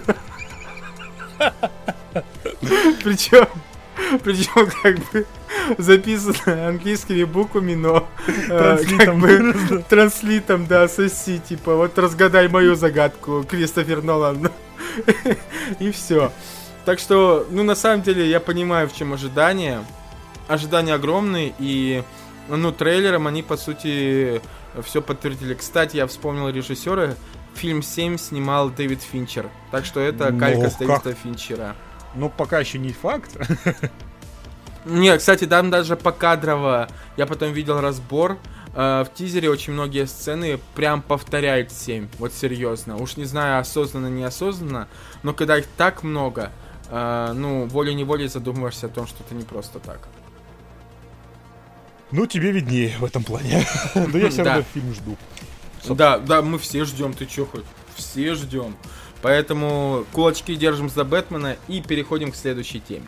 Speaker 1: Причем как бы записано английскими буквами, но транслитом, да, соси, типа, вот разгадай мою загадку, Кристофер Нолан. И все. Так что, ну, на самом деле, я понимаю, в чем ожидания. Ожидания огромные, и, ну, трейлером они, по сути, все подтвердили. Кстати, я вспомнил режиссера. Фильм 7 снимал Дэвид Финчер. Так что это калька с Дэвида Финчера.
Speaker 2: Ну, пока еще не факт.
Speaker 1: Не, кстати, там даже покадрово, я потом видел разбор, в тизере очень многие сцены прям повторяют 7, вот серьезно. Уж не знаю, осознанно, неосознанно, но когда их так много, ну, волей-неволей задумываешься о том, что это не просто так.
Speaker 2: Ну, тебе виднее в этом плане. Но я все равно фильм жду.
Speaker 1: Да, мы все ждем, ты чё хоть? Все ждем. Поэтому кулачки держим за Бэтмена и переходим к следующей теме.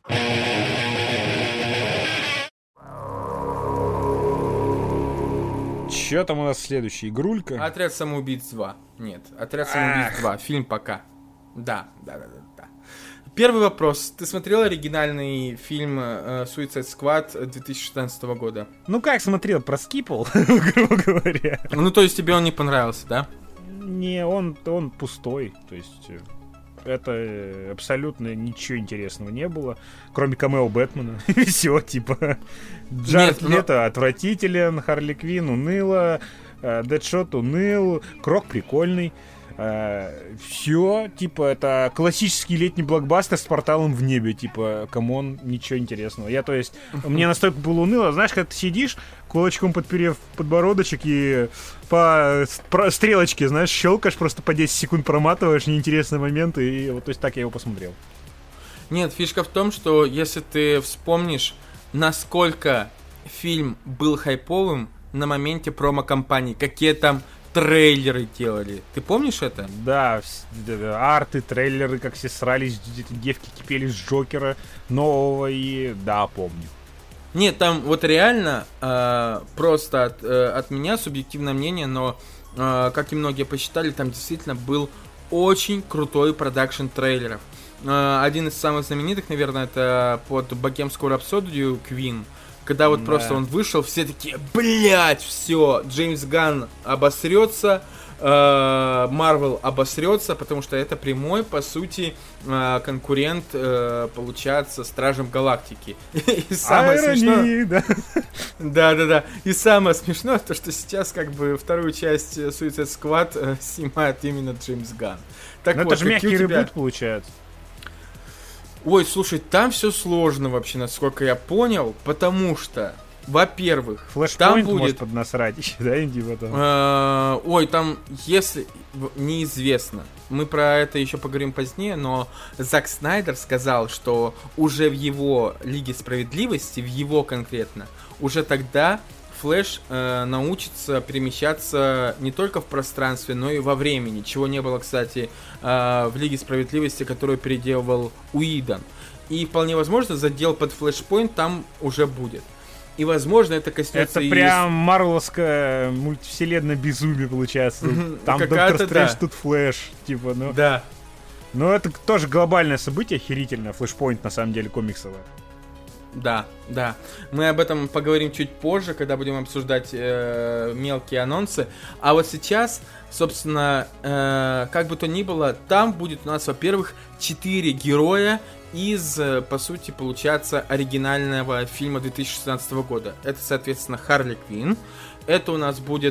Speaker 2: Чё там у нас следующий? Игрулька?
Speaker 1: Отряд самоубийц 2. Нет, Отряд самоубийц 2. Фильм пока. Да. Первый вопрос. Ты смотрел оригинальный фильм Suicide Squad 2016 года?
Speaker 2: Ну как смотрел? Проскипал, грубо говоря.
Speaker 1: Ну то есть тебе он не понравился, да?
Speaker 2: Не, он пустой. То есть это абсолютно ничего интересного не было, кроме камео Бэтмена. Все, типа. Джаред Лето отвратителен, Харли Квинн уныло, Дэдшот уныл, Крок прикольный. Все, типа, это классический летний блокбастер с порталом в небе, типа, камон, ничего интересного. То есть, мне настолько было уныло, знаешь, когда ты сидишь, кулачком подперев подбородочек и по стрелочке, знаешь, щелкаешь, просто по 10 секунд проматываешь неинтересные моменты, и вот, то есть, так я его посмотрел.
Speaker 1: Нет, фишка в том, что если ты вспомнишь, насколько фильм был хайповым на моменте промо-компании, какие там трейлеры делали. Ты помнишь это?
Speaker 2: Да, арты, трейлеры, как все срались, девки кипели с Джокера нового, и да, помню.
Speaker 1: Нет, там вот реально просто от меня субъективное мнение, но как и многие посчитали, там действительно был очень крутой продакшн трейлеров. Один из самых знаменитых, наверное, это под богемскую рапсодию Queen. Когда вот просто он вышел, все такие, блять, все, Джеймс Ганн обосрется, Марвел обосрется, потому что это прямой, по сути, конкурент, получается, Стражем Галактики. И самое смешное... Да. И самое смешное, то, что сейчас как бы вторую часть Suicide Squad снимает именно Джеймс Ганн.
Speaker 2: Так вот, это же мягкий ребут получается.
Speaker 1: Ой, слушай, там все сложно вообще, насколько я понял, потому что, во-первых,
Speaker 2: там будет... может поднасрать еще, да, Инди, потом?
Speaker 1: Ой, там, если... Неизвестно. Мы про это еще поговорим позднее, но Зак Снайдер сказал, что уже в его Лиге Справедливости, в его конкретно, уже тогда Флэш научится перемещаться не только в пространстве, но и во времени, чего не было, кстати, в Лиге Справедливости, которую переделывал Уидон. И вполне возможно, задел под Флэшпоинт там уже будет. И, возможно, это коснется...
Speaker 2: Это прям марвеловская мультивселенная безумие получается. Там Доктор Стрэндж, тут Флэш. Типа, ну...
Speaker 1: Да.
Speaker 2: Но это тоже глобальное событие, охерительное. Флэшпоинт, на самом деле, комиксовое.
Speaker 1: Да. Мы об этом поговорим чуть позже, когда будем обсуждать мелкие анонсы. А вот сейчас, собственно, как бы то ни было, там будет у нас, во-первых, 4 героя из, по сути, получается, оригинального фильма 2016 года. Это, соответственно, Харли Квинн. Это у нас будет,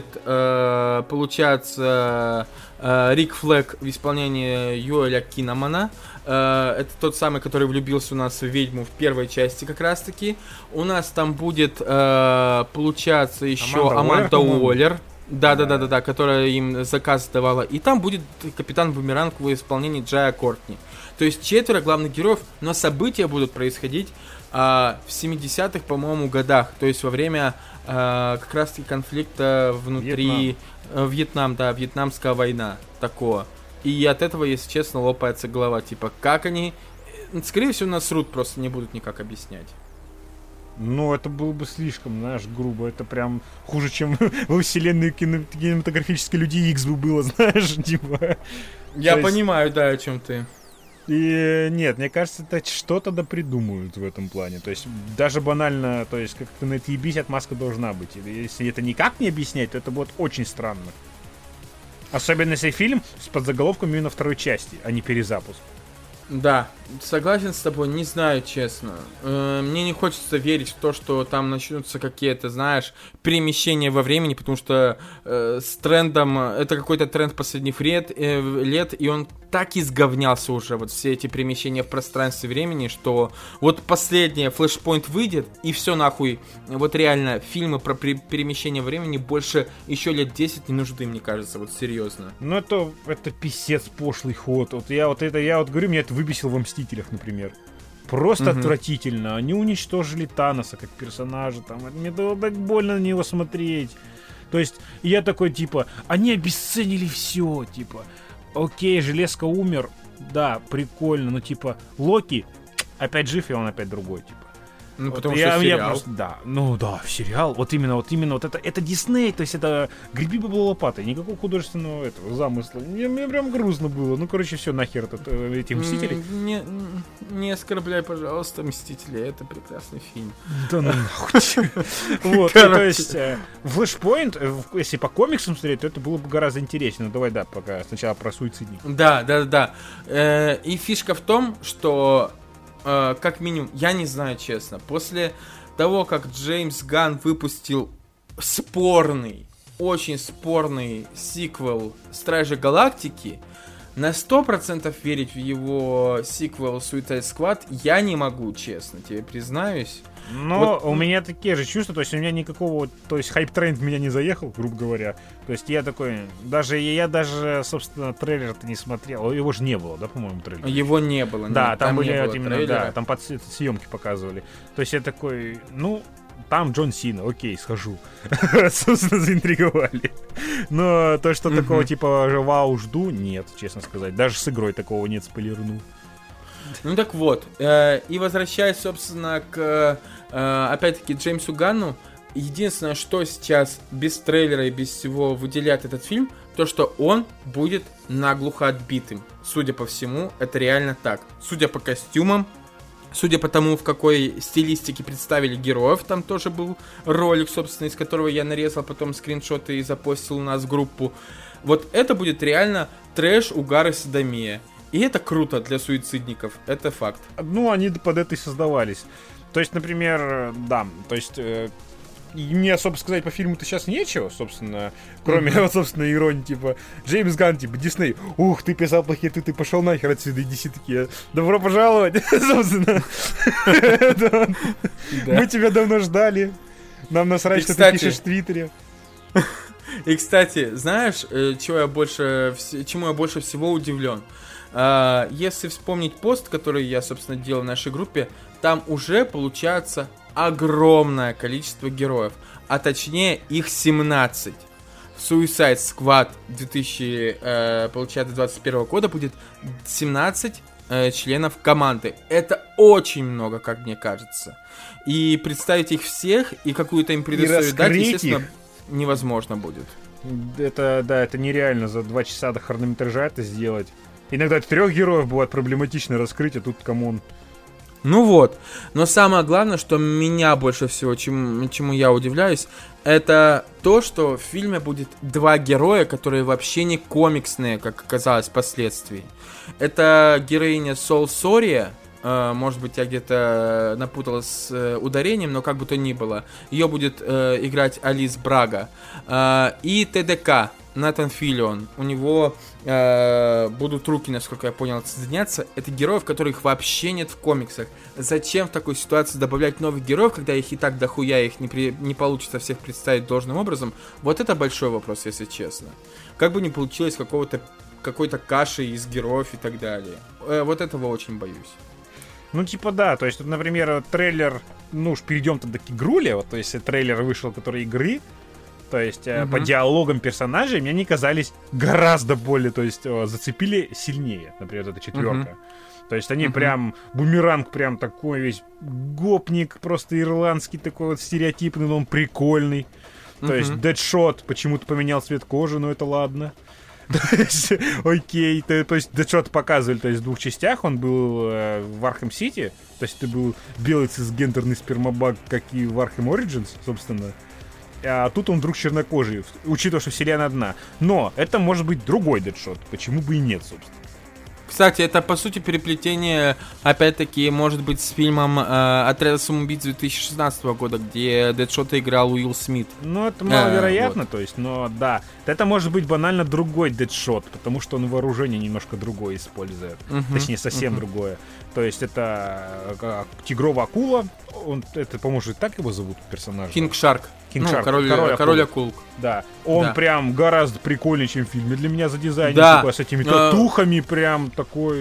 Speaker 1: получается, Рик Флэг в исполнении Юэля Киннамана. Это тот самый, который влюбился у нас в ведьму в первой части как раз-таки. У нас там будет, получаться, еще Аманда Уоллер. Да, которая им заказ давала. И там будет Капитан Бумеранг в исполнении Джая Кортни. То есть 4 главных героев, но события будут происходить в 70-х, по-моему, годах. То есть во время как раз-таки конфликта внутри... Вьетнамская война. Такого. И от этого, если честно, лопается голова. Типа, как они... Скорее всего, насрут, просто не будут никак объяснять.
Speaker 2: Ну, это было бы слишком, знаешь, грубо. Это прям хуже, чем во вселенной кинематографической Люди Икс бы было, знаешь, типа...
Speaker 1: Я понимаю, да, о чем ты.
Speaker 2: И нет, мне кажется, это что-то допридумают в этом плане. То есть даже банально, то есть как-то на это ебись отмазка должна быть. И если это никак не объяснять, то это будет очень странно. Особенно если фильм с подзаголовком именно второй части, а не перезапуск.
Speaker 1: Да, согласен с тобой, не знаю, честно. Мне не хочется верить в то, что там начнутся какие-то, знаешь, перемещения во времени, потому что с трендом, это какой-то тренд последних лет, и он так изговнялся уже, вот все эти перемещения в пространстве времени, что вот последнее Flashpoint выйдет, и все нахуй. Вот реально, фильмы про перемещение времени больше еще лет 10 не нужны, мне кажется, вот серьезно.
Speaker 2: Ну это писец пошлый ход. Я говорю, меня это выбесил во Мстителях, например. Просто отвратительно. Они уничтожили Таноса как персонажа. Там. Мне было так больно на него смотреть. То есть, я такой, типа, они обесценили все, типа. Окей, Железка умер. Да, прикольно. Но, типа, Локи опять жив, и он опять другой, типа.
Speaker 1: Ну,
Speaker 2: вот
Speaker 1: потому что сериал.
Speaker 2: Просто, да, ну да, сериал. Вот именно вот это Дисней, то есть это греби бы было лопатой, никакого художественного этого замысла. Мне прям грустно было. Ну, короче, все, нахер эти Мстители.
Speaker 1: Не оскорбляй, пожалуйста, Мстители, это прекрасный фильм.
Speaker 2: Да ну нахуй. Вот, то есть Flashpoint, если по комиксам смотреть, то это было бы гораздо интереснее. Ну, давай, да, пока сначала про суицидник.
Speaker 1: Да. И фишка в том, что как минимум, я не знаю, честно, после того, как Джеймс Ганн выпустил очень спорный сиквел Стражи Галактики, на 100% верить в его сиквел Suicide Squad я не могу, честно, тебе признаюсь.
Speaker 2: Но вот у меня такие же чувства, то есть у меня никакого, то есть хайп-тренд меня не заехал, грубо говоря. То есть я такой, я даже, собственно, трейлер-то не смотрел, его же не было, да, по-моему, трейлер?
Speaker 1: Его не было,
Speaker 2: да,
Speaker 1: нет,
Speaker 2: там были
Speaker 1: не было
Speaker 2: именно,
Speaker 1: трейлера.
Speaker 2: да, там под съемки показывали. То есть я такой, ну, там Джон Сина, окей, схожу. Собственно, заинтриговали. Но то, что такого типа вау жду, нет, честно сказать. Даже с игрой такого нет, спойлерну.
Speaker 1: Ну так вот, и возвращаясь, собственно, к, опять-таки, Джеймсу Ганну, единственное, что сейчас без трейлера и без всего выделяет этот фильм, то, что он будет наглухо отбитым. Судя по всему, это реально так. Судя по костюмам, судя по тому, в какой стилистике представили героев, там тоже был ролик, собственно, из которого я нарезал потом скриншоты и запостил у нас в группу. Вот это будет реально трэш, угар и содомия. И это круто для суицидников, это факт.
Speaker 2: Ну, они под это и создавались. То есть, например, да, то есть... мне особо сказать по фильму-то сейчас нечего, собственно, кроме, вот, собственно, иронии, типа, Джеймс Ганн, типа, Дисней, ух, ты писал плохие, ты пошел нахер отсюда, иди такие, добро пожаловать, собственно. Мы тебя давно ждали, нам насрать, что ты пишешь в Твиттере.
Speaker 1: И, кстати, знаешь, чему я больше всего удивлен? Если вспомнить пост, который я, собственно, делал в нашей группе, там уже получается огромное количество героев, а точнее их 17. В Suicide Squad 2021 года будет 17 членов команды. Это очень много, как мне кажется. И представить их всех и какую-то им предысторию дать, естественно, невозможно будет.
Speaker 2: Это нереально за 2 часа до хронометража это сделать. Иногда 3 героев бывает проблематично раскрыть, а тут камон.
Speaker 1: Ну вот, но самое главное, что меня больше всего, чему я удивляюсь, это то, что в фильме будет 2 героя, которые вообще не комиксные, как оказалось впоследствии. Это героиня Сол Сория, может быть, я где-то напутал с ударением, но как бы то ни было. Ее будет играть Алис Брага. И ТДК, Натан Филлион. У него будут руки, насколько я понял, отсоединяться. Это героев, которых вообще нет в комиксах. Зачем в такой ситуации добавлять новых героев, когда их и так дохуя, их не получится всех представить должным образом? Вот это большой вопрос, если честно. Как бы не получилось какой-то каши из героев и так далее. Вот этого очень боюсь.
Speaker 2: Ну, типа, да, то есть, тут, например, трейлер, ну уж перейдем тогда к игруле, вот, то есть, трейлер вышел, который игры, то есть, по диалогам персонажей мне они казались гораздо более, то есть, зацепили сильнее, например, эта 4. То есть, они прям, Бумеранг прям такой весь гопник, просто ирландский такой вот стереотипный, но он прикольный. То есть, Дэдшот почему-то поменял цвет кожи, но это ладно. Окей, то есть Дэдшот показывали, то есть в 2 частях он был в Arkham City, то есть это был белый цисгендерный спермобак, как и в Arkham Origins, собственно. А тут он вдруг чернокожий, учитывая, что вселенная одна. Но это может быть другой Дэдшот, почему бы и нет, собственно.
Speaker 1: Кстати, это, по сути, переплетение, опять-таки, может быть, с фильмом «Отряд самоубийц» 2016 года, где Дэдшота играл Уилл Смит.
Speaker 2: Ну, это маловероятно, вот. То есть, но да. Это может быть банально другой Дэдшот, потому что он вооружение немножко другое использует. Точнее, совсем другое. То есть, это тигровая акула, это, по-моему, так его зовут персонаж?
Speaker 1: Кинг Шарк. Король акул.
Speaker 2: Да. Он прям гораздо прикольнее, чем в фильме для меня за дизайн. Да. Типа, с этими татухами прям такой...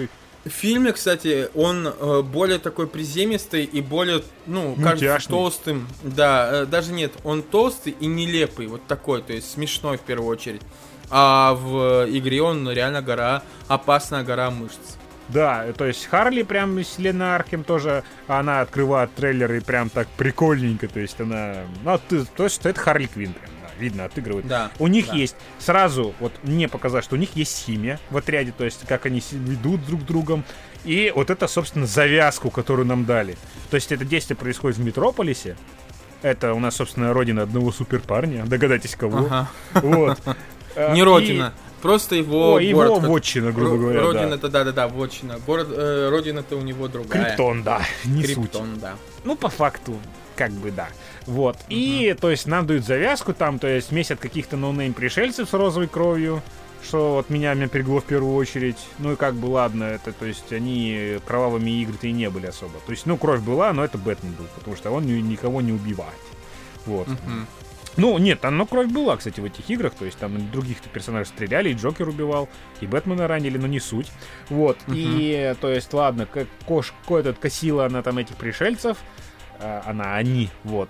Speaker 1: В фильме, кстати, он более такой приземистый и более, кажется, толстым. Да, даже нет, он толстый и нелепый, вот такой, то есть смешной в первую очередь. А в игре он реально опасная гора мышц.
Speaker 2: Да, то есть Харли прям из вселенной Архем тоже, она открывает трейлер и прям так прикольненько, то есть она... то есть это Харли Квинн прям, да, видно, отыгрывает.
Speaker 1: Да,
Speaker 2: у них есть, сразу, вот мне показалось, что у них есть химия в отряде, то есть как они ведут друг с другом, и вот это, собственно, завязку, которую нам дали. То есть это действие происходит в Метрополисе, это у нас, собственно, родина одного суперпарня, догадайтесь кого.
Speaker 1: Ага.
Speaker 2: Вот.
Speaker 1: Не родина. Просто его
Speaker 2: его вотчина, грубо говоря.
Speaker 1: Родина-то, да, вотчина. Родина-то у него другая.
Speaker 2: Криптон, да, не
Speaker 1: Криптон,
Speaker 2: суть.
Speaker 1: да.
Speaker 2: Ну, по факту, как бы, да. Вот. И, то есть, нам дают завязку там, то есть, месяц каких-то ноунейм пришельцев с розовой кровью, что вот меня перегло в первую очередь. Ну, и как бы, ладно, это, то есть, они кровавыми игры-то и не были особо. То есть, кровь была, но это Бэтмен был, потому что он никого не убивает. Вот. Ну, нет, там, кровь была, кстати, в этих играх, то есть там других-то персонажей стреляли, и Джокер убивал, и Бэтмена ранили, но не суть. Вот, и, то есть, ладно, этот косила она там этих пришельцев, они, вот,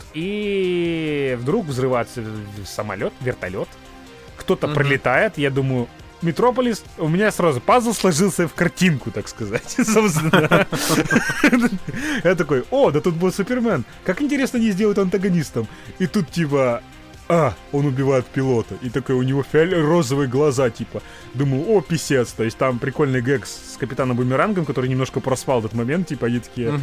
Speaker 2: и вдруг взрывается самолет, вертолет, кто-то пролетает, я думаю... Метрополис, у меня сразу пазл сложился в картинку, так сказать, собственно. Я такой, да тут был Супермен, как интересно они сделают антагонистом. И тут типа, он убивает пилота. И такой у него розовые глаза, типа. Думаю, писец. То есть там прикольный гэг с Капитаном Бумерангом, который немножко проспал этот момент, типа, они такие,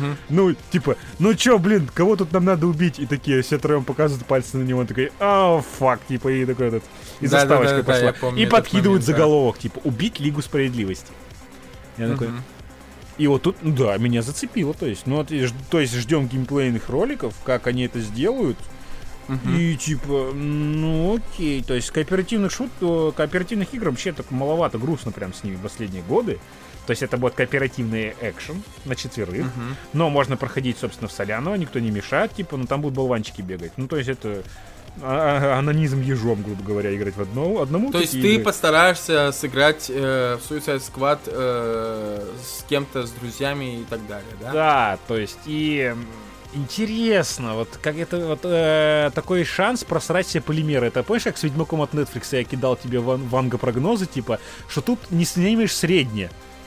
Speaker 2: чё, блин, кого тут нам надо убить? И такие все троем показывают пальцы на него, он такой, фак, типа, и такой этот, и заставочка пошла. И подкидывают заголовок, типа, убить Лигу Справедливости. Я такой... И вот тут, меня зацепило, то есть, ждем геймплейных роликов, как они это сделают. И типа, окей, то есть кооперативных игр вообще так маловато, грустно прям с ними в последние годы. То есть это будет кооперативный экшен на 4, но можно проходить, собственно, в Соляново, никто не мешает, типа, там будут болванчики бегать. То есть это анонизм ежом, грубо говоря, играть в одному.
Speaker 1: То есть ты постараешься сыграть в Suicide Squad с кем-то, с друзьями и так далее, да? Да,
Speaker 2: то есть и... Интересно, вот как такой шанс просрать все полимеры. Это помнишь, как с Ведьмаком от Netflix я кидал тебе Ванга прогнозы, типа, что тут не снимешь среднее.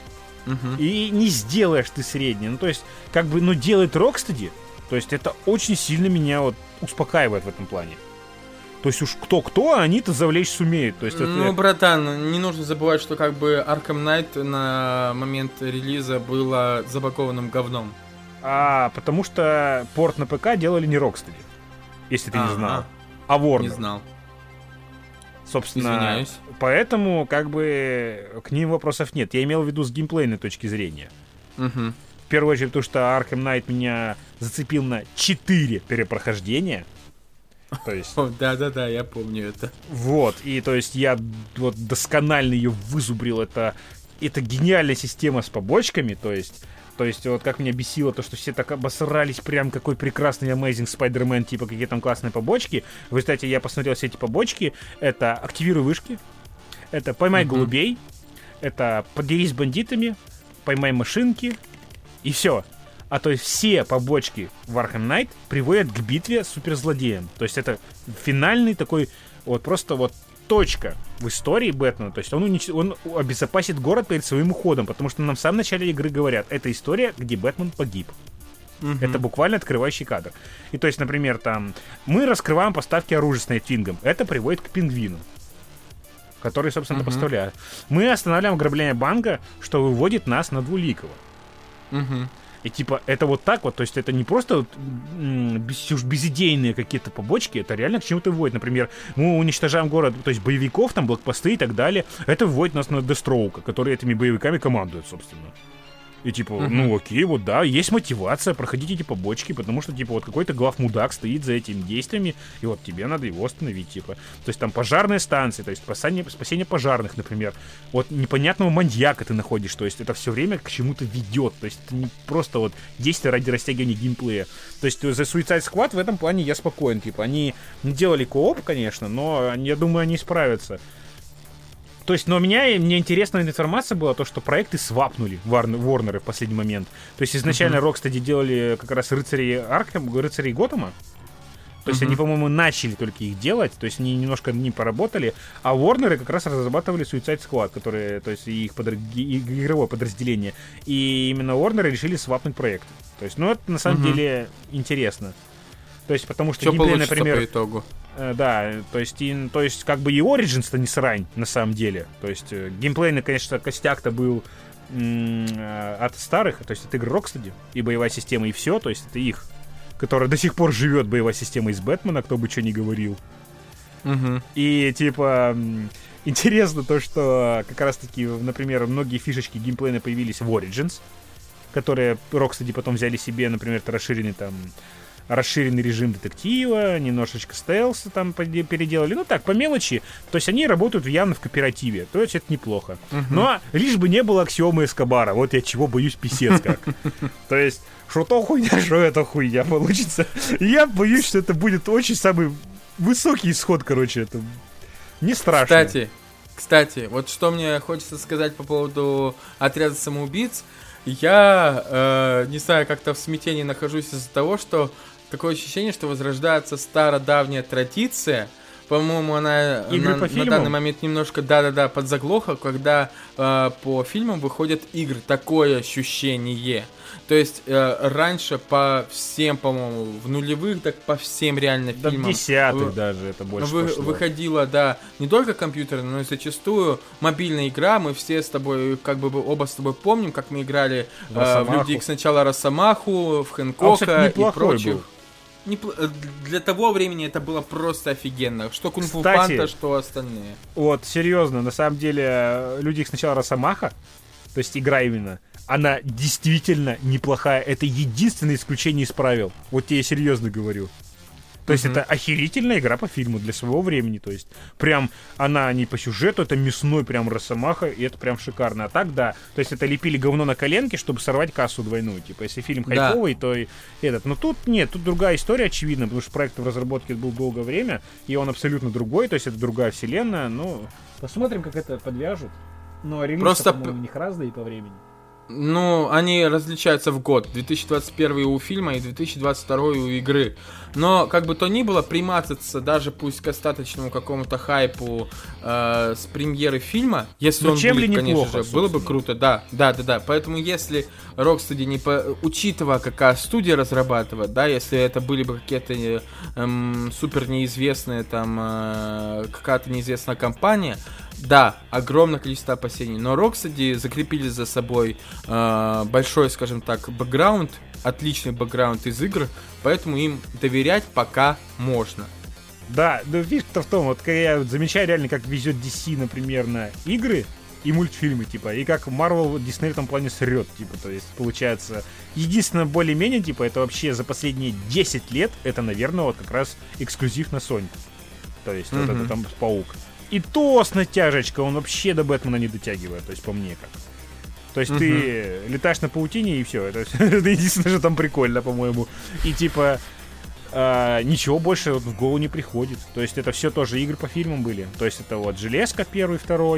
Speaker 2: И не сделаешь ты среднее. То есть, как бы, делает Rocksteady, то есть это очень сильно меня успокаивает в этом плане. То есть уж кто-кто, они-то завлечь сумеют. То есть
Speaker 1: братан, не нужно забывать, что как бы Arkham Knight на момент релиза было запакованным говном.
Speaker 2: Потому что порт на ПК делали не Rocksteady, если ты не знал, а Warner.
Speaker 1: Не знал.
Speaker 2: Собственно,
Speaker 1: извиняюсь.
Speaker 2: Поэтому, как бы, к ним вопросов нет. Я имел в виду с геймплейной точки зрения. В первую очередь, потому что Arkham Knight меня зацепил на 4 перепрохождения. То есть...
Speaker 1: Да, я помню это.
Speaker 2: Вот, и то есть я досконально ее вызубрил. Это гениальная система с побочками, то есть вот как меня бесило то, что все так обосрались, прям какой прекрасный Amazing Spider-Man, типа какие там классные побочки. В результате я посмотрел все эти побочки. Это активируй вышки, это поймай голубей, это подерись с бандитами, поймай машинки, и все. То есть все побочки в Arkham Knight приводят к битве с суперзлодеем. То есть это финальный такой просто точка в истории Бэтмена. То есть он обезопасит город перед своим уходом, потому что нам в самом начале игры говорят, это история, где Бэтмен погиб. Это буквально открывающий кадр. И то есть, например, там мы раскрываем поставки оружия с Найтвингом. Это приводит к Пингвину, который, собственно, это поставляет. Мы останавливаем ограбление банка, что выводит нас на Двуликого. И типа это так то есть это не просто безидейные какие-то побочки, это реально к чему-то выводит. Например, мы уничтожаем город, то есть боевиков, там блокпосты и так далее. Это выводит нас на Дестроука, который этими боевиками командует, собственно. И типа, окей, есть мотивация проходить эти побочки, потому что, типа, какой-то главмудак стоит за этими действиями, и тебе надо его остановить, типа. То есть там пожарные станции, то есть спасение пожарных, например. Непонятного маньяка ты находишь, то есть это все время к чему-то ведет, то есть это не просто действие ради растягивания геймплея. То есть за Suicide Squad в этом плане я спокоен, типа, они не делали кооп, конечно, но я думаю, они справятся. То есть, но мне интересная информация была, то, что проекты свапнули Warner в последний момент. То есть, изначально Rocksteady делали как раз рыцарей Готэма. То есть, они, по-моему, начали только их делать, то есть, они немножко не поработали, а Warner как раз разрабатывали Suicide Squad, которые, то есть, их игровое подразделение. И именно Warner решили свапнуть проект. То есть, ну, это на самом деле интересно. То есть, потому что геймплей, например...
Speaker 1: по итогу?
Speaker 2: Да, то есть, как бы и Origins-то не срань, на самом деле. То есть, геймплейный, конечно, костяк-то был от старых, то есть, от игр Rocksteady, и боевая система, и все, то есть, это их, которая до сих пор живет, боевая система из Бэтмена, кто бы что ни говорил. И, типа, интересно то, что как раз-таки, например, многие фишечки геймплейна появились в Origins, которые Rocksteady потом взяли себе, например, расширенный режим детектива, немножечко стелса там переделали. Ну так, по мелочи. То есть они работают явно в кооперативе. То есть это неплохо. Но лишь бы не было аксиомы Эскобара. Вот я чего боюсь писец как. То есть, что то хуйня, что это хуйня получится. И я боюсь, что это будет очень самый высокий исход, короче. Это не страшно.
Speaker 1: Кстати, вот что мне хочется сказать по поводу отряда самоубийц. Я, не знаю, как-то в смятении нахожусь из-за того, что такое ощущение, что возрождается стародавняя традиция. По-моему, она на данный момент немножко, подзаглохла, когда по фильмам выходят игры. Такое ощущение. То есть раньше по всем, по-моему, в нулевых, так по всем реально фильмам.
Speaker 2: Да в десятых даже это больше пошло.
Speaker 1: Выходила, да, не только компьютерная, но и зачастую мобильная игра. Мы все с тобой, как бы оба с тобой помним, как мы играли в Люди Икс сначала Росомаху, в Хэнкока и прочих. Для того времени это было просто офигенно. Что Кунг-фу Панда, что остальные.
Speaker 2: Вот, серьезно, на самом деле, Люди Икс сначала Росомаха, то есть игра именно, она действительно неплохая. Это единственное исключение из правил. Вот тебе я серьезно говорю. То есть это охерительная игра по фильму для своего времени. То есть прям она не по сюжету, это мясной прям Росомаха, и это прям шикарно. А так, да, то есть это лепили говно на коленке, чтобы сорвать кассу двойную. Типа, если фильм хайповый, то и этот. Но тут нет, тут другая история, очевидно, потому что проект в разработке был долгое время, и он абсолютно другой, то есть это другая вселенная. Ну, посмотрим, как это подвяжут. Но релиз, по-моему, у них разные по времени.
Speaker 1: Ну, они различаются в год. 2021 у фильма и 2022 у игры. Но, как бы то ни было, примазаться даже пусть к остаточному какому-то хайпу с премьеры фильма, если он будет, конечно же, было бы круто. Да. Поэтому, если Rocksteady учитывая, какая студия разрабатывает, да, если это были бы какие-то супер неизвестные, там, какая-то неизвестная компания, да, огромное количество опасений, но Rocksteady закрепили за собой большой, скажем так, бэкграунд, отличный бэкграунд из игр, поэтому им доверять пока можно.
Speaker 2: Да, но фишка-то в том, вот я замечаю реально, как везет DC, например, на игры и мультфильмы, типа, и как Marvel Disney в этом плане срет, типа, то есть, получается, единственное более-менее, типа, это вообще за последние 10 лет, это, наверное, вот как раз эксклюзив на Sony, то есть, вот это там Паук. И то с натяжечкой он вообще до Бэтмена не дотягивает, то есть по мне как. То есть ты летаешь на паутине и все. Это единственное, что там прикольно, по-моему. И типа ничего больше вот в голову не приходит. То есть это все тоже игры по фильмам были. То есть это вот Железка 1, 2,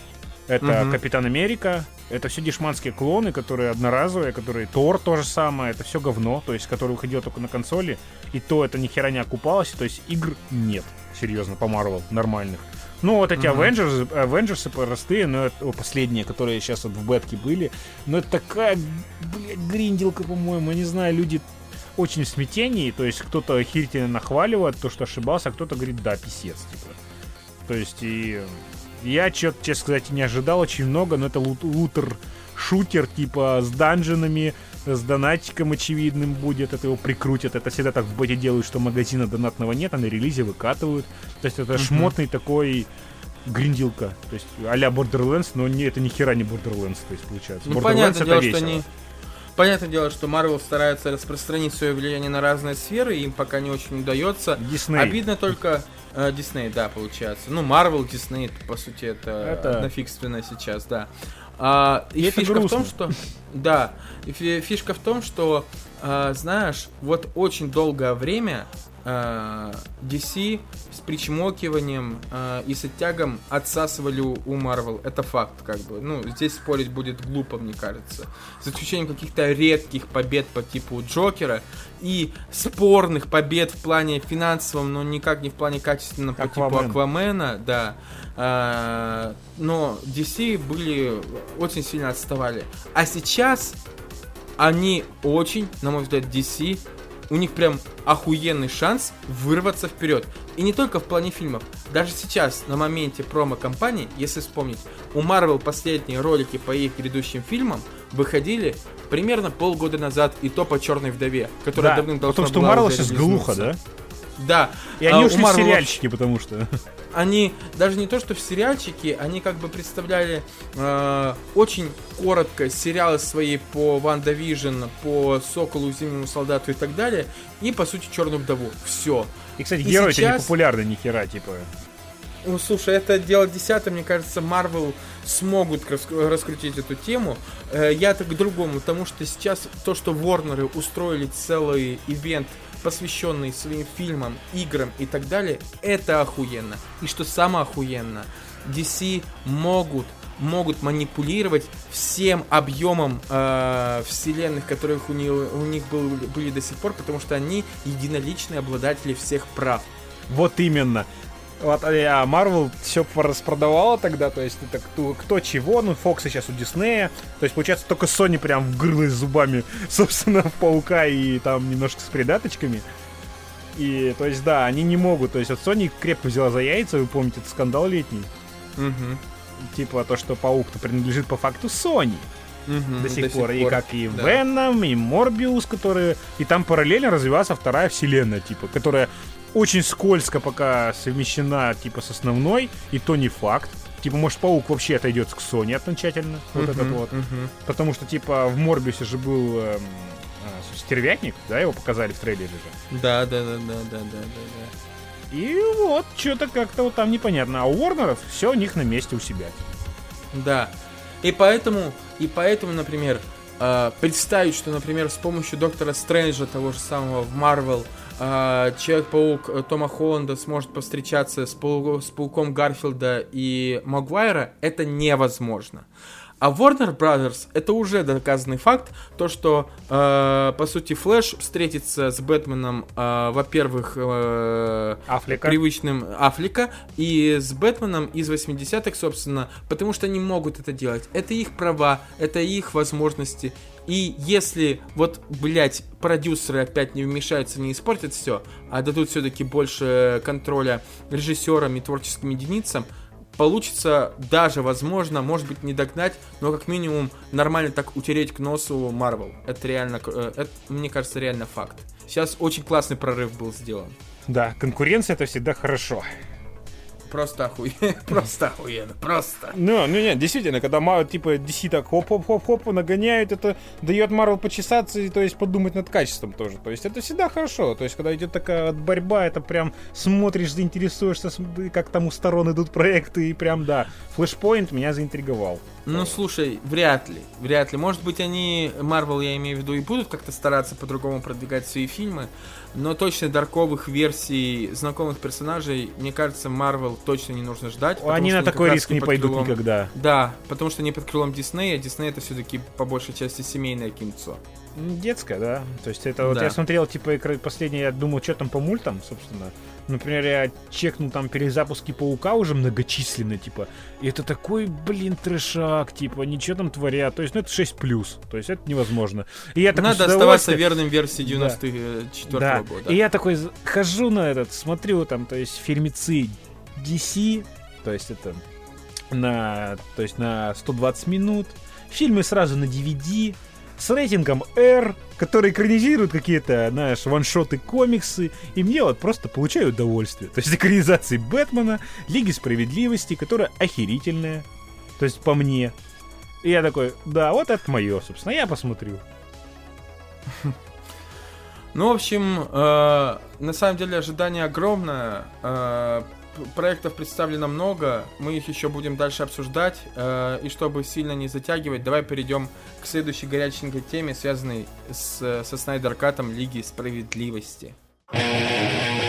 Speaker 2: это Капитан Америка. Это все дешманские клоны, которые одноразовые, которые Тор то же самое. Это все говно, то есть который выходил только на консоли. И то это ни хера не окупалось. То есть игр нет, серьезно, по Marvel нормальных. Ну, вот эти Avengers простые, но это последние, которые сейчас вот в бетке были. Но это такая, блядь, гринделка, по-моему. Я не знаю, люди очень в смятении. То есть кто-то охерительно нахваливает то, что ошибался, а кто-то говорит, да, писец, типа. То есть и я, честно сказать, не ожидал очень много, но это лутер-шутер, типа, с данженами, с донатиком очевидным будет, это его прикрутят. Это всегда так в боте делают, что магазина донатного нет, а на релизе выкатывают. То есть это шмотный такой гриндилка. То есть а-ля Borderlands, но это ни хера не Borderlands, то есть получается.
Speaker 1: Ну, понятное дело, что они... Понятное дело, что Marvel старается распространить свое влияние на разные сферы, им пока не очень удается.
Speaker 2: Disney.
Speaker 1: Обидно только... Disney, да, получается. Ну, Marvel, Disney, по сути, это однофигственно сейчас, да. И фишка в том, что... Да, и фишка в том, что, знаешь, вот очень долгое время DC с причмокиванием и с оттягом отсасывали у Marvel. Это факт, как бы. Ну, здесь спорить будет глупо, мне кажется. За исключением каких-то редких побед по типу Джокера и спорных побед в плане финансовом, но никак не в плане качественном по типу Аквамена, да. Но DC были очень сильно отставали. А сейчас они очень, на мой взгляд, DC, у них прям охуенный шанс вырваться вперед. И не только в плане фильмов. Даже сейчас, на моменте промо-компании, если вспомнить, у Marvel последние ролики по их грядущим фильмам выходили примерно полгода назад, и то по «Черной вдове», которая давным-давно была.
Speaker 2: Потому что у Marvel сейчас глухо, да?
Speaker 1: Да.
Speaker 2: И они ушли в сериальчики, потому что...
Speaker 1: Они даже не то, что в сериальчики, они как бы представляли очень коротко сериалы свои по Ванда Вижн, по Соколу, Зимнему солдату и так далее, и по сути Черную вдову. Все.
Speaker 2: И, кстати, герои-то сейчас... не популярны ни хера, типа.
Speaker 1: Ну, слушай, это дело 10, мне кажется, Marvel смогут раскрутить эту тему. Я так к другому, потому что сейчас то, что Warner'ы устроили целый ивент, посвященный своим фильмам, играм и так далее, это охуенно. И что самое охуенно, DC могут манипулировать всем объемом вселенных, которых у них были до сих пор, потому что они единоличные обладатели всех прав.
Speaker 2: Вот именно. Вот, а Marvel все распродавала тогда, то есть это кто чего, ну Fox сейчас у Disney, то есть получается только Sony прям вгрылась зубами, собственно, в Паука и там немножко с придаточками. И, то есть, да, они не могут, то есть вот Sony крепко взяла за яйца, вы помните, этот скандал летний? Типа то, что Паук-то принадлежит по факту Sony. До сих пор. И как и Venom, и Morbius, которые... И там параллельно развивалась вторая вселенная, типа, которая очень скользко пока совмещена, типа, с основной, и то не факт. Типа, может, Паук вообще отойдет к Sony окончательно, вот этот вот. Потому что, типа, в Морбиусе же был стервятник, да, его показали в трейлере же.
Speaker 1: Да.
Speaker 2: И вот, что-то как-то вот там непонятно. А у Warner'ов все у них на месте у себя.
Speaker 1: Да. И поэтому, например, представить, что, например, с помощью Доктора Стрэнджа, того же самого в Marvel, Человек-паук Тома Холланда сможет повстречаться с Пауком Гарфилда и Магуайра, это невозможно. А Warner Brothers это уже доказанный факт, то что, по сути, Флэш встретится с Бэтменом, во-первых, привычным Аффлека, и с Бэтменом из 80-х, собственно, потому что они могут это делать. Это их права, это их возможности. И если, вот, блять, продюсеры опять не вмешаются, не испортят все, а дадут все-таки больше контроля режиссерам и творческим единицам, получится даже, возможно, может быть, не догнать, но как минимум нормально так утереть к носу Marvel. Это реально, это, мне кажется, реально факт. Сейчас очень классный прорыв был сделан.
Speaker 2: Да, конкуренция это всегда хорошо.
Speaker 1: Просто охуенно, просто охуенно, просто.
Speaker 2: Ну, нет, действительно, когда типа DC так хоп-хоп-хоп-хоп нагоняют, это дает Marvel почесаться и, то есть, подумать над качеством тоже. То есть, это всегда хорошо. То есть, когда идет такая борьба, это прям смотришь, заинтересуешься, как там у сторон идут проекты, и прям, да, Flashpoint меня заинтриговал.
Speaker 1: Ну, слушай, вряд ли. Может быть, они, Marvel, я имею в виду, и будут как-то стараться по-другому продвигать свои фильмы, но точно дарковых версий знакомых персонажей, мне кажется, Marvel точно не нужно ждать.
Speaker 2: Они на такой риск не пойдут никогда.
Speaker 1: Да, потому что они под крылом Disney, а Disney это все-таки по большей части семейное кинцо.
Speaker 2: Детское, да. То есть это вот я смотрел, типа, последнее, я думал, что там по мультам, собственно. Например, я чекнул там перезапуски Паука уже многочисленно, типа. И это такой, блин, трешак, типа, ничего там творят. То есть, ну, это 6+. То есть, это невозможно. И я такой,
Speaker 1: надо оставаться верным версии 94-го года.
Speaker 2: И я такой хожу на этот, смотрю там, то есть, фильмецы DC, то есть, это на 120 минут. Фильмы сразу на DVD. С рейтингом R, которые экранизируют какие-то, знаешь, ваншоты, комиксы, и мне вот просто получаю удовольствие. То есть экранизации Бэтмена, Лиги Справедливости, которая охерительная, то есть по мне. И я такой, да, вот это мое, собственно, я посмотрю.
Speaker 1: Ну, в общем, на самом деле ожидание огромное. Проектов представлено много, мы их еще будем дальше обсуждать, и чтобы сильно не затягивать, давай перейдем к следующей горяченькой теме, связанной со Снайдер Катом Лиги Справедливости.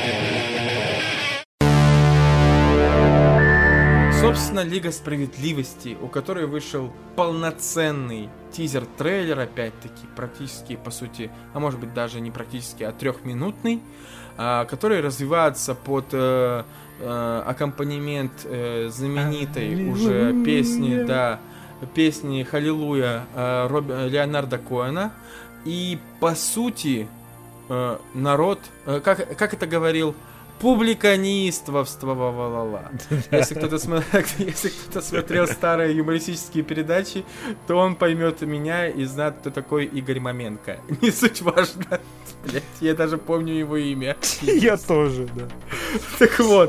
Speaker 1: Собственно, Лига Справедливости, у которой вышел полноценный тизер-трейлер, опять-таки, практически, по сути, а может быть даже не практически, а 3-минутный, который развивается под аккомпанемент знаменитой уже песни, да, песни «Халилуя» Леонарда Коэна. И, по сути, народ, как это говорил, публика неистовствовала. Если кто-то смотрел старые юмористические передачи, то он поймет меня и знает, кто такой Игорь Маменко. Не суть важно. Блять, я даже помню его имя.
Speaker 2: Я тоже, да.
Speaker 1: Так вот,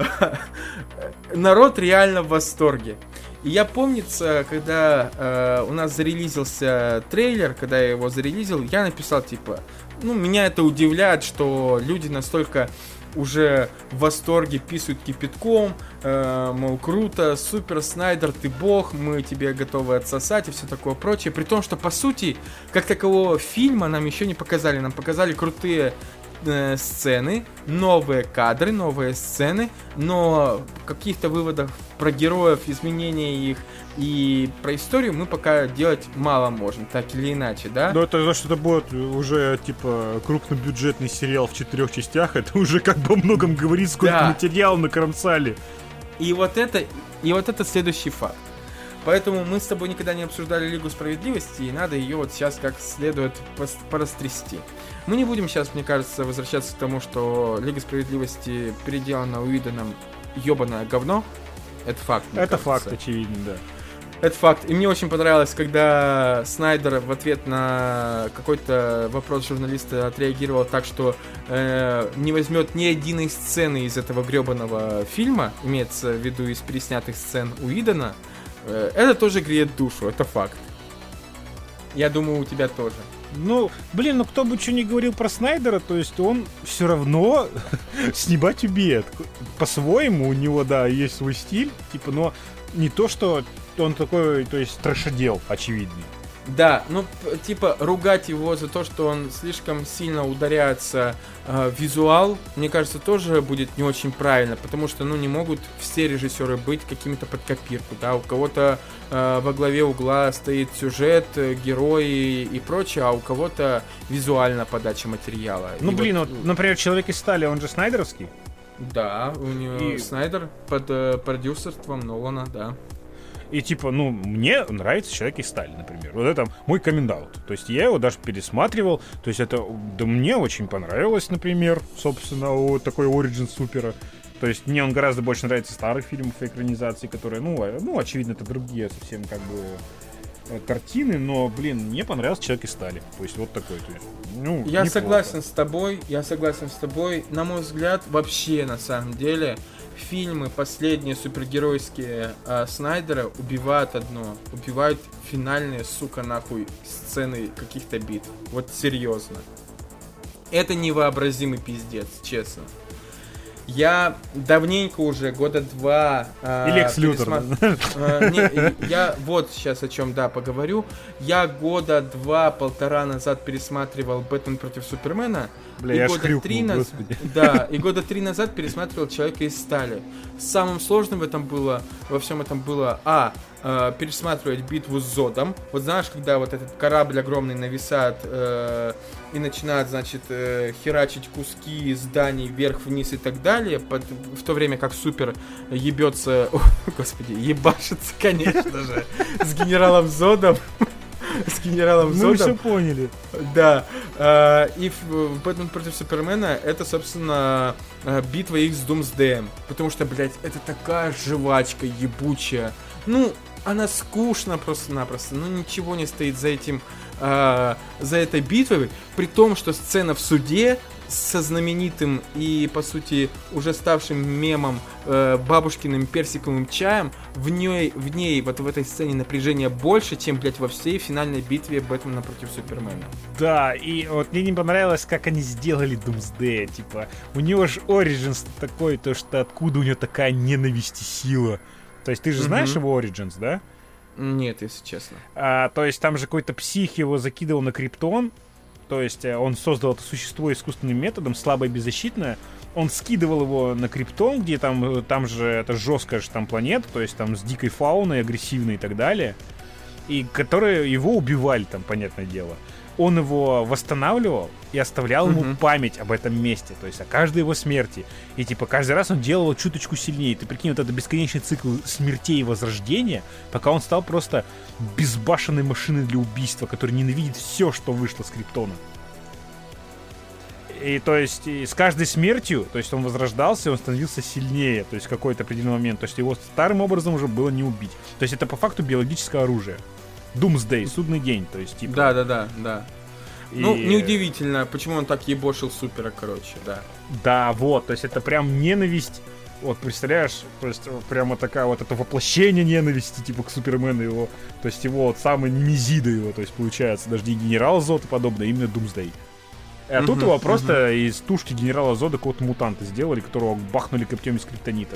Speaker 1: народ реально в восторге. И я помнится, когда у нас зарелизился трейлер, когда я его зарелизил, я написал, типа, меня это удивляет, что люди настолько уже в восторге писают кипятком, мол, круто, супер, Снайдер, ты бог, мы тебе готовы отсосать и все такое прочее. При том, что, по сути, как такового фильма нам еще не показали. Нам показали крутые сцены, новые кадры, новые сцены, но каких-то выводов про героев, изменения их и про историю мы пока делать мало можем, так или иначе, да?
Speaker 2: Да, это что-то будет уже, типа, крупнобюджетный сериал в 4 частях, это уже как бы о многом говорит, сколько материала накромсали.
Speaker 1: И вот это следующий факт. Поэтому мы с тобой никогда не обсуждали Лигу Справедливости, и надо ее вот сейчас как следует порастрясти. Мы не будем сейчас, мне кажется, возвращаться к тому, что Лига Справедливости переделана Уидоном ёбаное говно. Это факт, мне
Speaker 2: Это
Speaker 1: кажется.
Speaker 2: факт, очевидно, да.
Speaker 1: Это факт. И мне очень понравилось, когда Снайдер в ответ на какой-то вопрос журналиста отреагировал так, что не возьмет ни единой сцены из этого гребаного фильма, имеется в виду из переснятых сцен Уидона. Это тоже греет душу, это факт. Я думаю, у тебя тоже.
Speaker 2: Кто бы что ни говорил про Снайдера, то есть он все равно снимать умеет. По-своему, у него, да, есть свой стиль, типа, но не то, что он такой, то есть, трэшодел, очевидный.
Speaker 1: Да, ругать его за то, что он слишком сильно ударяется в визуал, мне кажется, тоже будет не очень правильно, потому что, не могут все режиссеры быть какими-то под копирку, да, у кого-то во главе угла стоит сюжет, герои и прочее, а у кого-то визуальная подача материала.
Speaker 2: Например, «Человек из стали», он же снайдеровский?
Speaker 1: Да, у него Снайдер под продюсерством Нолана, да.
Speaker 2: И мне нравится «Человек из стали», например. Вот это мой каминг-аут. То есть я его даже пересматривал. То есть это, мне очень понравилось, например, собственно, вот такой оригин супера. То есть мне он гораздо больше нравится старых фильмов и экранизаций, которые, очевидно, это другие совсем как бы картины, но, мне понравился «Человек из стали». То есть вот такой. То есть,
Speaker 1: я согласен с тобой. На мой взгляд, вообще, на самом деле, фильмы последние супергеройские Снайдера убивают финальные, нахуй, сцены каких-то битв. Вот серьезно. Это невообразимый пиздец, честно. Я давненько уже, года 2...
Speaker 2: И Лекс Лютер.
Speaker 1: Я вот сейчас о чем, поговорю. Я года 2-1.5 назад пересматривал «Бэтмен против Супермена».
Speaker 2: Бля,
Speaker 1: и года 3 назад пересматривал «Человека из стали». Самым сложным во всем этом было пересматривать битву с Зодом. Вот знаешь, когда вот этот корабль огромный нависает и начинает, херачить куски зданий вверх-вниз и так далее, в то время как Супер ебется... ебашится, конечно же, с генералом Зодом.
Speaker 2: Мы все поняли.
Speaker 1: Да. И в «Бэтмен против Супермена» это, собственно, битва их с Думсдеем. Потому что, блядь, это такая жвачка ебучая. Она скучна просто-напросто. Ничего не стоит за этой битвой. При том, что сцена в суде со знаменитым и, по сути, уже ставшим мемом бабушкиным персиковым чаем, в ней вот в этой сцене напряжение больше, чем, блядь, во всей финальной битве Бэтмена против Супермена.
Speaker 2: Да, и вот мне не понравилось, как они сделали Думсдея, типа, у него же Origins такой, то что откуда у него такая ненависть и сила. То есть ты же знаешь его Origins, да?
Speaker 1: Нет, если честно.
Speaker 2: То есть там же какой-то псих его закидывал на Криптон. То есть он создал это существо искусственным методом, слабое и беззащитное. он скидывал его на Криптон, где там же это жесткая же там планета, то есть там с дикой фауной, агрессивной и так далее, и которые его убивали там, понятное дело. Он его восстанавливал и оставлял ему память об этом месте, то есть о каждой его смерти. И типа каждый раз он делал его чуточку сильнее. Ты прикинь, вот это бесконечный цикл смертей и возрождения, пока он стал просто безбашенной машиной для убийства, которая ненавидит все, что вышло с Криптона. И то есть и с каждой смертью, то есть он возрождался, он становился сильнее, то есть в какой-то определенный момент. То есть его старым образом уже было не убить. То есть это по факту биологическое оружие. Doomsday, судный день, то есть типа...
Speaker 1: Да. И... Ну, неудивительно, почему он так ебошил Супера, короче, да. Да,
Speaker 2: вот, то есть это прям ненависть. Вот, представляешь, то есть прямо такая вот это воплощение ненависти, типа, к Супермену его. То есть его вот самый немезида его, то есть получается, даже не генерал Зод и подобное, а именно Doomsday. А тут его просто из тушки генерала Зода какого-то мутанта сделали, которого бахнули копьем из криптонита.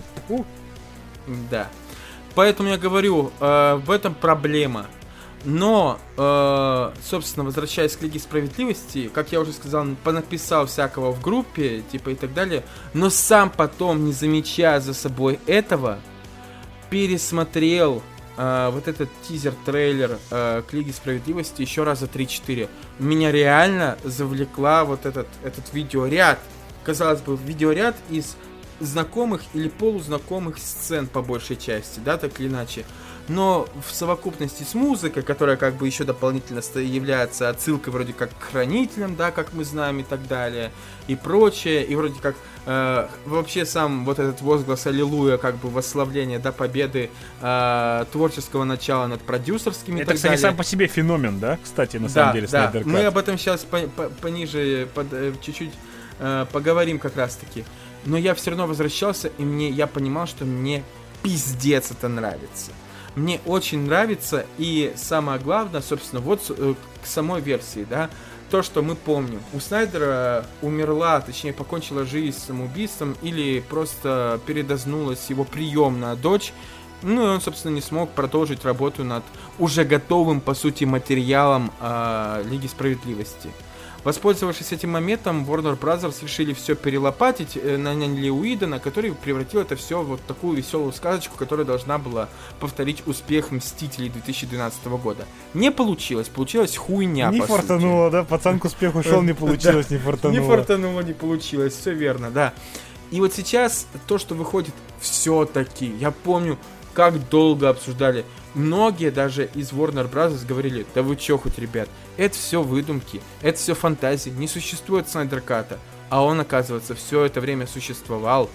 Speaker 1: Да. Поэтому я говорю, в этом проблема. Но, собственно, возвращаясь к Лиге Справедливости, как я уже сказал, понаписал всякого в группе, типа и так далее, но сам потом, не замечая за собой этого, пересмотрел вот этот тизер-трейлер к Лиге Справедливости еще раза 3-4. Меня реально завлекла вот этот видеоряд. Казалось бы, видеоряд из знакомых или полузнакомых сцен по большей части, да, так или иначе. Но в совокупности с музыкой, которая как бы еще дополнительно является отсылкой вроде как к хранителям, да, как мы знаем и так далее, и прочее, и вроде как вообще сам вот этот возглас «Аллилуйя», как бы восславление, да, победы творческого начала над продюсерскими и так далее. Это, кстати,
Speaker 2: сам по себе феномен, да, кстати, на самом деле,
Speaker 1: Снайдер Кат. Мы об этом сейчас пониже чуть-чуть поговорим как раз-таки. Но я все равно возвращался, и я понимал, что мне пиздец это нравится. Мне очень нравится, и самое главное, собственно, вот к самой версии, да, то, что мы помним. У Снайдера умерла, точнее, покончила жизнь самоубийством, или просто передознулась его приемная дочь, ну и он, собственно, не смог продолжить работу над уже готовым, по сути, материалом Лиги Справедливости. Воспользовавшись этим моментом, Warner Bros. Решили все перелопатить, наняли Уидона, который превратил это все в вот такую веселую сказочку, которая должна была повторить успех Мстителей 2012 года. Не получилось, получилась хуйня,
Speaker 2: не фартануло, да? Пацан к успеху шел, не получилось, не фартануло.
Speaker 1: Не фартануло, не получилось, все верно, да. И вот сейчас то, что выходит все-таки, я помню, как долго обсуждали. Многие даже из Warner Bros. Говорили: да вы чё хоть, ребят, это все выдумки, это все фантазии, не существует Снайдер Ката. А он, оказывается, все это время существовал,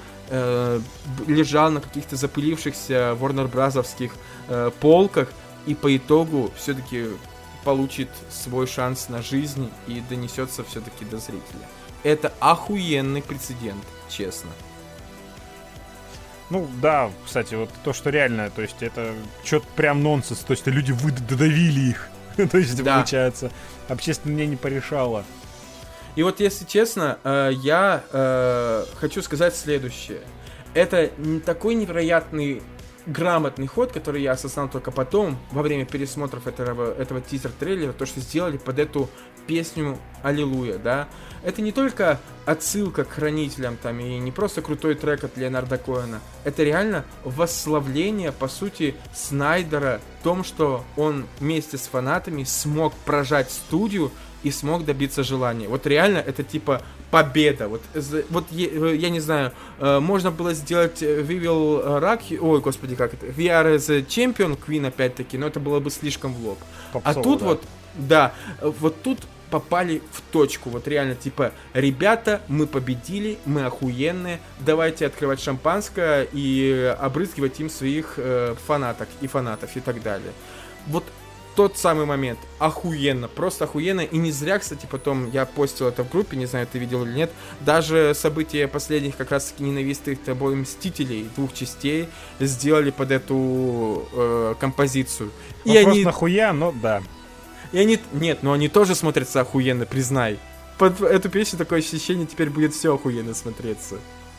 Speaker 1: лежал на каких-то запылившихся Warner Bros.-овских полках, и по итогу все-таки получит свой шанс на жизнь и донесется все-таки до зрителя. Это охуенный прецедент, честно.
Speaker 2: Ну да, кстати, вот то, что реально, то есть это что-то прям нонсенс, то есть люди додавили их, то есть да. Получается, общественное мнение порешало.
Speaker 1: И вот если честно, я хочу сказать следующее. Это такой невероятный грамотный ход, который я осознал только потом, во время пересмотров этого тизер-трейлера, то, что сделали под эту песню «Аллилуйя», да. Это не только отсылка к хранителям, там, и не просто крутой трек от Леонарда Коэна. Это реально восславление, по сути, Снайдера в том, что он вместе с фанатами смог прожать студию и смог добиться желания. Вот реально это типа победа. Вот я не знаю, можно было сделать We Will Rock, ой, господи, как это? We Are the Champion, Queen опять-таки, но это было бы слишком в лоб. Попсово, а тут да. Вот, да, вот тут попали в точку, вот реально, типа, ребята, мы победили, мы охуенные, давайте открывать шампанское и обрызгивать им своих фанаток и фанатов и так далее. Вот тот самый момент, охуенно, просто охуенно, и не зря, кстати, потом я постил это в группе, не знаю, ты видел или нет, даже события последних как раз-таки ненавистных тобой Мстителей 2 частей сделали под эту композицию.
Speaker 2: Ну, и просто они... нахуя, но да.
Speaker 1: И они... Нет, но они тоже смотрятся охуенно, признай. Под эту песню такое ощущение, теперь будет все охуенно смотреться.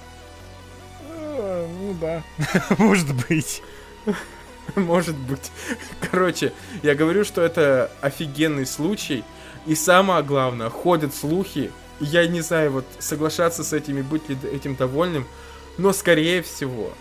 Speaker 2: Ну да, может быть.
Speaker 1: Может быть. Короче, я говорю, что это офигенный случай. И самое главное, ходят слухи, Я не знаю, вот соглашаться с этим и быть ли этим довольным, но, скорее всего,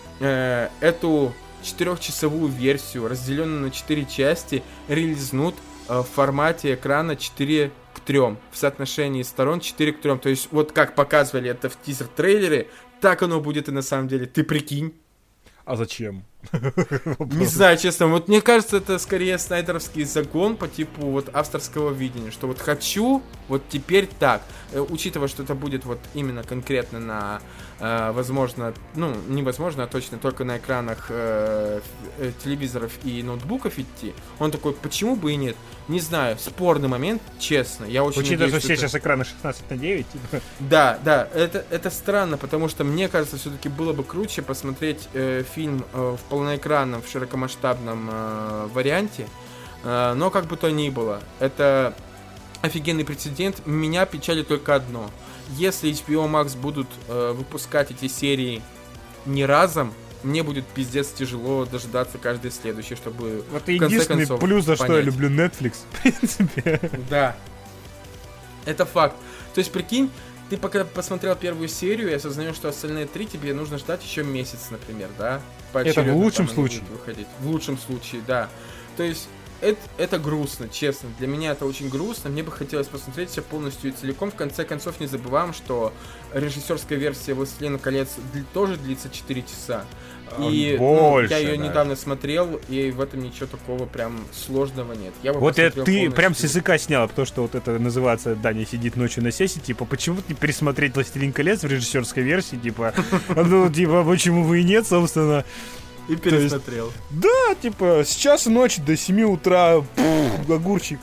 Speaker 1: эту 4-часовую версию, разделенную на 4 части, релизнут в формате экрана 4:3, в соотношении сторон 4:3. То есть, вот как показывали это в тизер-трейлере, так оно будет и на самом деле. Ты прикинь?
Speaker 2: А зачем?
Speaker 1: Не знаю, честно. Вот мне кажется, это скорее снайдеровский загон по типу вот авторского видения, что вот хочу, вот теперь так. Учитывая, что это будет вот именно конкретно на, возможно, ну, невозможно, а точно только на экранах телевизоров и ноутбуков идти, он такой, почему бы и нет? Не знаю, спорный момент, честно. Я очень
Speaker 2: Учитывая,
Speaker 1: надеюсь,
Speaker 2: что все сейчас экраны 16:9, типа.
Speaker 1: Да, это странно, потому что мне кажется, все-таки было бы круче посмотреть фильм в полноэкранном, в широкомасштабном варианте, но как бы то ни было, это офигенный прецедент. Меня печалит только одно. Если HBO Max будут выпускать эти серии не разом, мне будет пиздец тяжело дожидаться каждой следующей, чтобы
Speaker 2: вот
Speaker 1: в конце
Speaker 2: единственный
Speaker 1: концов
Speaker 2: плюс, за что
Speaker 1: понять.
Speaker 2: я люблю Netflix, в принципе.
Speaker 1: Да. Это факт. То есть, прикинь, ты пока посмотрел первую серию и осознаешь, что остальные 3 тебе нужно ждать еще месяц, например, да?
Speaker 2: Это в лучшем случае.
Speaker 1: Выходить. В лучшем случае, да. То есть, это грустно, честно. Для меня это очень грустно. Мне бы хотелось посмотреть все полностью и целиком. В конце концов, не забываем, что режиссерская версия «Властелина колец» тоже длится 4 часа. И
Speaker 2: больше,
Speaker 1: я ее
Speaker 2: да.
Speaker 1: недавно смотрел, и в этом ничего такого прям сложного нет. Я бы
Speaker 2: Вот это
Speaker 1: посмотрел
Speaker 2: ты
Speaker 1: полностью.
Speaker 2: прям с языка снял, потому что вот это называется «Даня сидит ночью на сессии», типа, почему не пересмотреть «Властелин колец» в режиссерской версии, типа, ну, типа, почему бы и нет, собственно.
Speaker 1: И пересмотрел.
Speaker 2: Да, типа, с часа ночи до 7 утра, огурчик.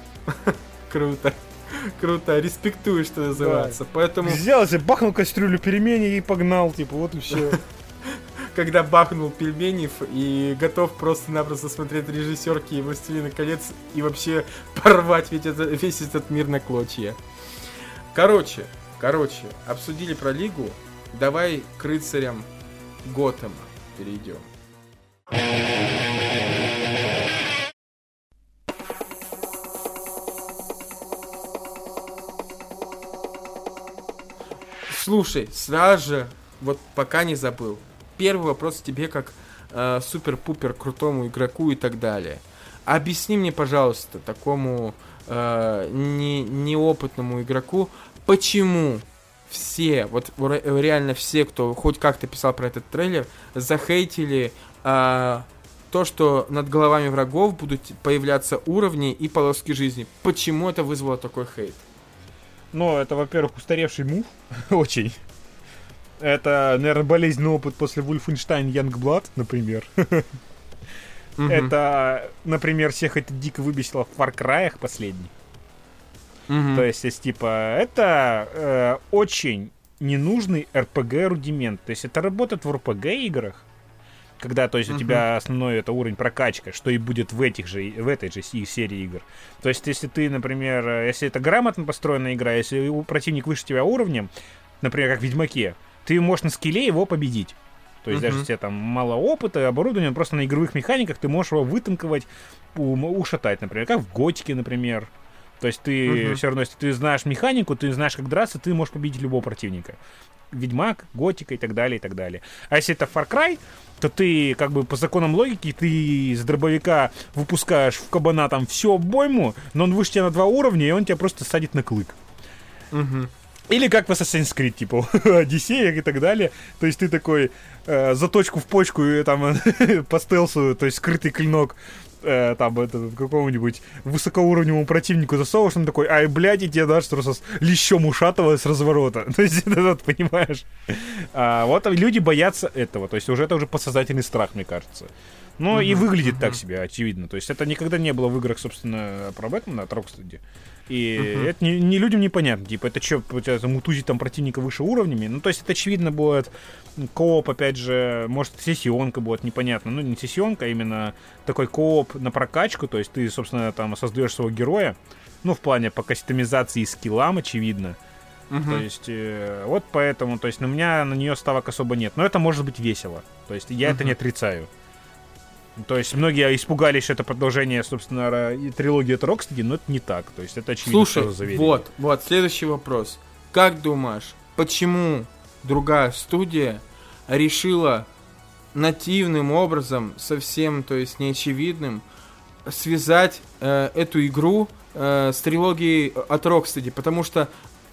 Speaker 1: Круто. Круто, респектую, что называется.
Speaker 2: Да.
Speaker 1: Поэтому,
Speaker 2: Взял себе, бахнул кастрюлю пельменей и погнал, типа, вот и все.
Speaker 1: когда бахнул пельменев и готов просто-напросто смотреть режиссерки и «Властелина колец» и вообще порвать весь этот мир на клочья. Короче, обсудили про Лигу. Давай к рыцарям Готэма перейдем. Слушай, сразу же, вот пока не забыл, первый вопрос тебе как супер-пупер крутому игроку и так далее. Объясни мне, пожалуйста, такому неопытному игроку, почему все, вот реально все, кто хоть как-то писал про этот трейлер, захейтили то, что над головами врагов будут появляться уровни и полоски жизни. Почему это вызвало такой хейт?
Speaker 2: Ну, это, во-первых, устаревший мув, очень. Это, наверное, болезненный опыт после Wolfenstein Youngblood, например. Это, например, всех это дико выбесило в Far Cry'ах последний. То есть, типа, это очень ненужный RPG-рудимент. То есть, это работает в RPG-играх, когда, то есть, у тебя основной это уровень прокачка, что и будет в этой же серии игр. То есть, если ты, например, если это грамотно построенная игра, если противник выше тебя уровнем, например, как в Ведьмаке, ты можешь на скилле его победить. То есть, даже если у тебя там мало опыта, оборудования, просто на игровых механиках ты можешь его вытанковать, ушатать, например, как в Готике, например. То есть ты все равно, если ты знаешь механику, ты знаешь, как драться, ты можешь победить любого противника. Ведьмак, Готика и так далее, и так далее. А если это Far Cry, то ты, как бы, по законам логики, ты из дробовика выпускаешь в кабана там всю обойму, но он выше тебя на 2 уровня, и он тебя просто садит на клык. Или как в Assassin's Creed, типа, Одиссея и так далее. То есть ты такой заточку в почку и там по стелсу, то есть скрытый клинок там это, какому-нибудь высокоуровневому противнику засовываешь, он такой, ай, блядь, и тебе дашь просто с лещом ушатого с разворота. То есть это, понимаешь? Вот люди боятся этого. То есть это уже подсознательный страх, мне кажется. Но и выглядит так себе, очевидно. То есть это никогда не было в играх, собственно, про Бэтмена от Rocksteady. И это не людям непонятно. Типа, это что, мутузить там противника выше уровнями? Ну, то есть это, очевидно, будет кооп, опять же, может, сессионка будет, непонятно. Ну, не сессионка, а именно такой кооп на прокачку. То есть ты, собственно, там создаешь своего героя. Ну, в плане по кастомизации и скиллам, очевидно. То есть, вот поэтому, то есть, у меня на нее ставок особо нет. Но это может быть весело. То есть, я это не отрицаю. То есть многие испугались, что это продолжение, собственно, трилогии от Rocksteady, но это не так. То есть это очевидно,
Speaker 1: Слушай, вот, следующий вопрос. Как думаешь, почему другая студия решила нативным образом, совсем, то есть неочевидным, связать эту игру с трилогией от Rocksteady? Потому что,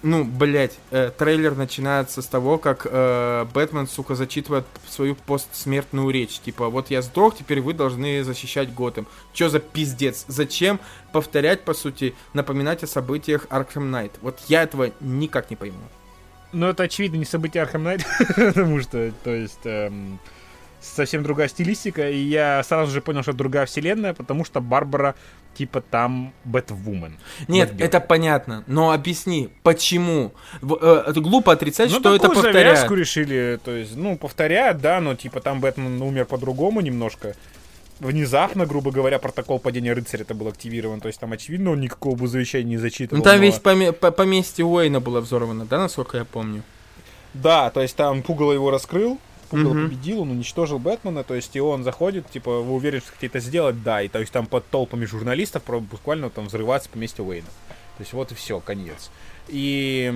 Speaker 1: трейлер начинается с того, как Бэтмен, сука, зачитывает свою постсмертную речь. Типа, вот я сдох, теперь вы должны защищать Готэм. Чё за пиздец? Зачем повторять, по сути, напоминать о событиях Arkham Knight? Вот я этого никак не пойму.
Speaker 2: Ну, это, очевидно, не события Arkham Knight, потому что, то есть, совсем другая стилистика, и я сразу же понял, что это другая вселенная, потому что Барбара, типа, там Бэтвумен.
Speaker 1: Нет, это понятно, но объясни, почему? Это глупо отрицать, что это повторяет.
Speaker 2: Ну, завязку решили, то есть, повторяют, да, но, типа, там Бэтмен умер по-другому немножко. Внезапно, грубо говоря, протокол падения рыцаря это был активирован. То есть там, очевидно, он никакого бы завещания не зачитывал.
Speaker 1: Ну там весь поместье Уэйна было взорвано, да, насколько я помню?
Speaker 2: Да, то есть там Пугало его раскрыл, Пугало победил, он уничтожил Бэтмена, то есть и он заходит, типа, вы уверены, что хотите это сделать? Да, и то есть там под толпами журналистов буквально там взрывается поместье Уэйна. То есть вот и все, конец. И,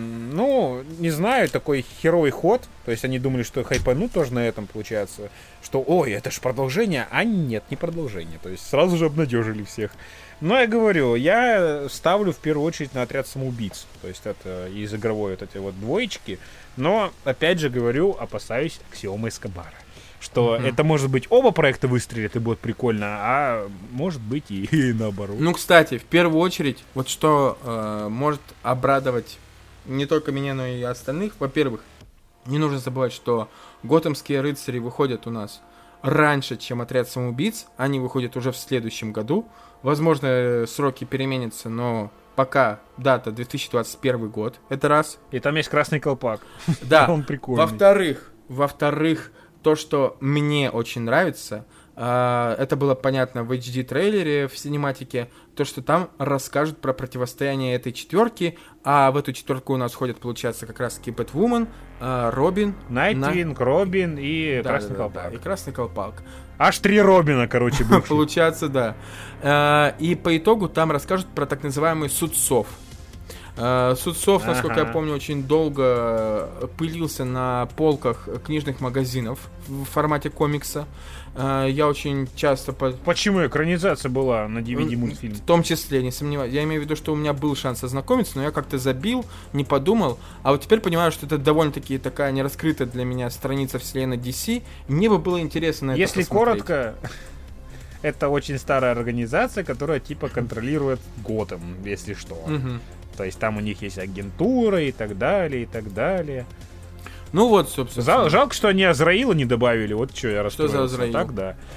Speaker 2: не знаю, такой херовый ход. То есть они думали, что хайпанут тоже на этом, получается. Что, ой, это же продолжение. А нет, не продолжение. То есть сразу же обнадежили всех. Но я говорю, я ставлю в первую очередь на отряд самоубийц. То есть это из игровой вот эти вот двоечки. Но, опять же говорю, опасаюсь Аксиома Эскобара. Что это, может быть, оба проекта выстрелят и будет прикольно, а может быть и наоборот.
Speaker 1: Ну, кстати, в первую очередь, вот что может обрадовать не только меня, но и остальных. Во-первых, не нужно забывать, что Готэмские рыцари выходят у нас раньше, чем отряд самоубийц. Они выходят уже в следующем году. Возможно, сроки переменятся, но пока дата 2021 год. Это раз.
Speaker 2: И там есть красный колпак.
Speaker 1: Да.
Speaker 2: Он прикольный.
Speaker 1: Во-вторых, то, что мне очень нравится, это было понятно в HD-трейлере, в синематике, то, что там расскажут про противостояние этой четверки, а в эту четверку у нас ходят, получается, как раз-таки Бэтвумен, Робин,
Speaker 2: Найтвинг, Робин и Красный Колпак.
Speaker 1: Да, и Красный Колпак.
Speaker 2: Аж 3 Робина, короче, бывших.
Speaker 1: Получается, да. И по итогу там расскажут про так называемый Судсов. Судсов, насколько я помню, очень долго пылился на полках книжных магазинов в формате комикса. Я очень часто...
Speaker 2: Почему? Экранизация была на DVD-мультфильм.
Speaker 1: В том числе, не сомневаюсь. Я имею в виду, что у меня был шанс ознакомиться, но я как-то забил, не подумал. А вот теперь понимаю, что это довольно-таки такая нераскрытая для меня страница вселенной DC. Мне бы было интересно на это
Speaker 2: посмотреть. Если коротко, это очень старая организация, которая типа контролирует Готэм, если что. То есть там у них есть агентура и так далее, и так далее.
Speaker 1: Ну вот, собственно.
Speaker 2: Жалко, что они Азраила не добавили. Вот что я расстроился.
Speaker 1: Что за Азраил?
Speaker 2: Так,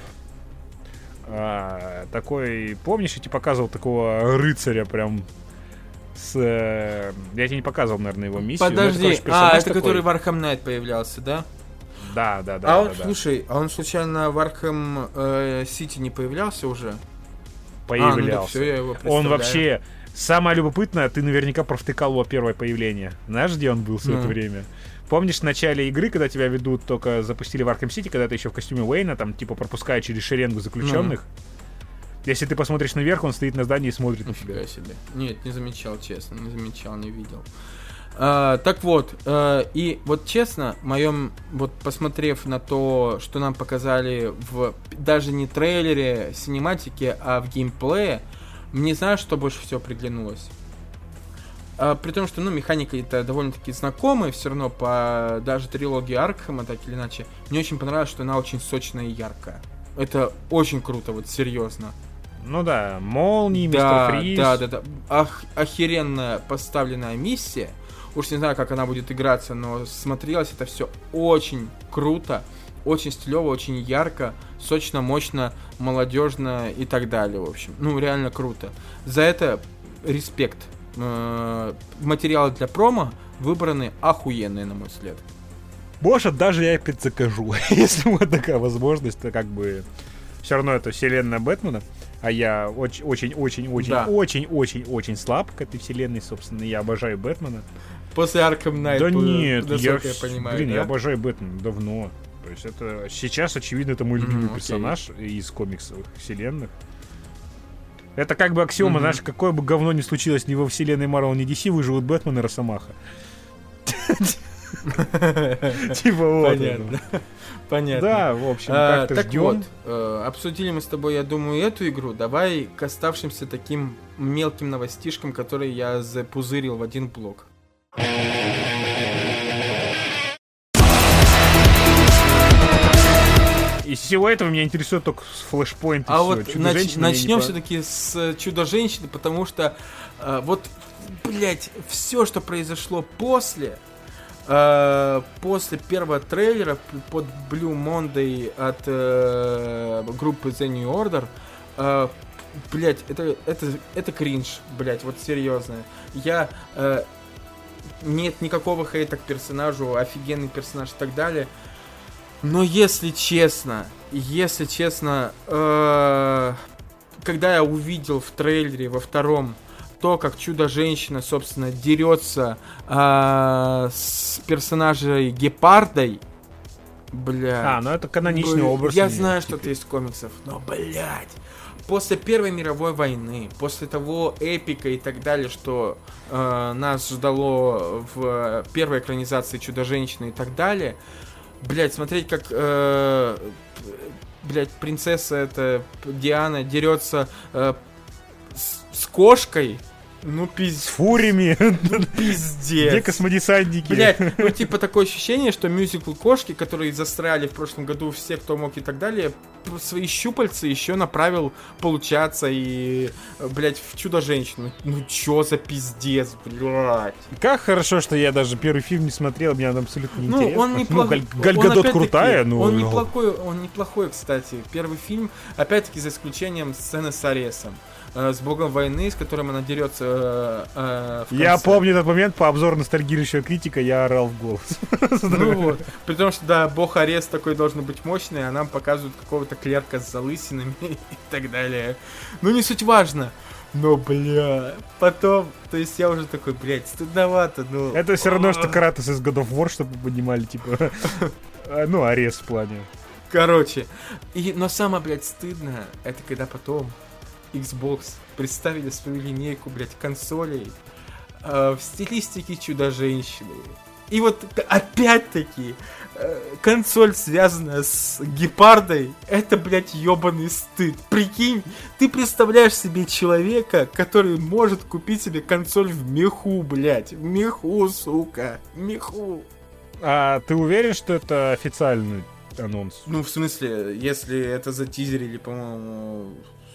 Speaker 2: да. Такой, помнишь, я тебе показывал такого рыцаря прям с... Я тебе не показывал, наверное, его миссию.
Speaker 1: Подожди, это который в Arkham Knight появлялся, да?
Speaker 2: Да.
Speaker 1: Слушай, а он случайно в Arkham City не появлялся уже?
Speaker 2: Появлялся.
Speaker 1: Ну так все, я его представляю.
Speaker 2: Он вообще... Самое любопытное, ты наверняка провтыкал его первое появление. Знаешь, где он был все это время? Помнишь, в начале игры, когда тебя ведут, только запустили в Arkham City, когда ты еще в костюме Уэйна, там, типа, пропуская через шеренгу заключенных? Если ты посмотришь наверх, он стоит на здании и смотрит на тебя.
Speaker 1: Себе. Нет, не замечал, честно, не видел. Так вот, и вот честно, вот посмотрев на то, что нам показали в даже не трейлере, синематике, а в геймплее, мне знаешь, что больше всего приглянулось? При том, что, механика это довольно-таки знакомая, все равно по даже трилогии Аркхема, так или иначе, мне очень понравилось, что она очень сочная и яркая. Это очень круто, вот серьезно.
Speaker 2: Ну да, молнии, Мистер Фриз.
Speaker 1: Да. Охеренная поставленная миссия. Уж не знаю, как она будет играться, но смотрелось это все очень круто. Очень стилево, очень ярко, сочно, мощно, молодежно и так далее, в общем. Реально круто. За это респект. Материалы для промо выбраны охуенные, на мой взгляд.
Speaker 2: Может, даже я опять закажу. Если вот такая возможность, то как бы... Все равно это вселенная Бэтмена, а я очень слаб к этой вселенной, собственно. Я обожаю Бэтмена.
Speaker 1: После Arkham Knight,
Speaker 2: да нет,
Speaker 1: я понимаю.
Speaker 2: Я обожаю Бэтмена давно. То есть это сейчас, очевидно, это мой любимый персонаж из комиксовых вселенных. Это как бы аксиома, знаешь, какое бы говно ни случилось ни во вселенной Marvel, ни DC, выживут Бэтмен и Росомаха. Типа вот.
Speaker 1: Понятно. Понятно.
Speaker 2: Да, в общем, как-то
Speaker 1: так
Speaker 2: ждем.
Speaker 1: вот, обсудили мы с тобой, я думаю, эту игру. Давай к оставшимся таким мелким новостишкам, которые я запузырил в один блок.
Speaker 2: Из всего этого меня интересует только Flashpoint и
Speaker 1: А
Speaker 2: всё.
Speaker 1: вот начнем все-таки с Чудо-женщины, потому что блять, все, что произошло после первого трейлера под Blue Monday от группы The New Order, блять, это кринж, блять, вот серьезно. Нет никакого хейта к персонажу, офигенный персонаж и так далее. Но если честно, когда я увидел в трейлере во втором то, как Чудо-женщина, собственно, дерется с персонажей Гепардой, блядь.
Speaker 2: Ну это каноничный образ.
Speaker 1: Я знаю, что это из комиксов, но, блядь, после Первой мировой войны, после того эпика и так далее, что нас ждало в первой экранизации Чудо-женщины и так далее, блядь, смотреть, как принцесса эта Диана дерется с кошкой. Ну,
Speaker 2: с фуриями.
Speaker 1: Ну, пиздец.
Speaker 2: Где космодесантники?
Speaker 1: Блять, ну, типа, такое ощущение, что мюзикл «Кошки», которые застряли в прошлом году все, кто мог и так далее, свои щупальца еще направил получаться и, блять, в Чудо-женщину. Ну, чё за пиздец, блять.
Speaker 2: Как хорошо, что я даже первый фильм не смотрел, мне абсолютно не интересно.
Speaker 1: Он неплохой.
Speaker 2: Галь Гадот крутая, но...
Speaker 1: Он неплохой, кстати. Первый фильм, опять-таки, за исключением сцены с Аресом. С богом войны, с которым она дерется в конце.
Speaker 2: Я помню этот момент по обзору ностальгирующего критика, я орал в голос.
Speaker 1: Ну вот. При том, что, да, бог Арес такой должен быть мощный, а нам показывают какого-то клерка с залысинами и так далее. Ну, не суть важно. Но, бля, потом, то есть я уже такой, блядь, стыдновато, ну...
Speaker 2: Это все равно, что Кратос из God of War, чтобы поднимали, типа, ну, Арес в плане.
Speaker 1: Короче, но самое, блядь, стыдное, это когда потом Xbox представили свою линейку, блядь, консолей в стилистике Чудо-женщины. И вот опять-таки консоль, связанная с Гепардой, это, блядь, ёбаный стыд. Прикинь, ты представляешь себе человека, который может купить себе консоль в меху, блядь. В меху, сука, в меху.
Speaker 2: А ты уверен, что это официальный анонс?
Speaker 1: Ну, в смысле, если это затизерили, по-моему...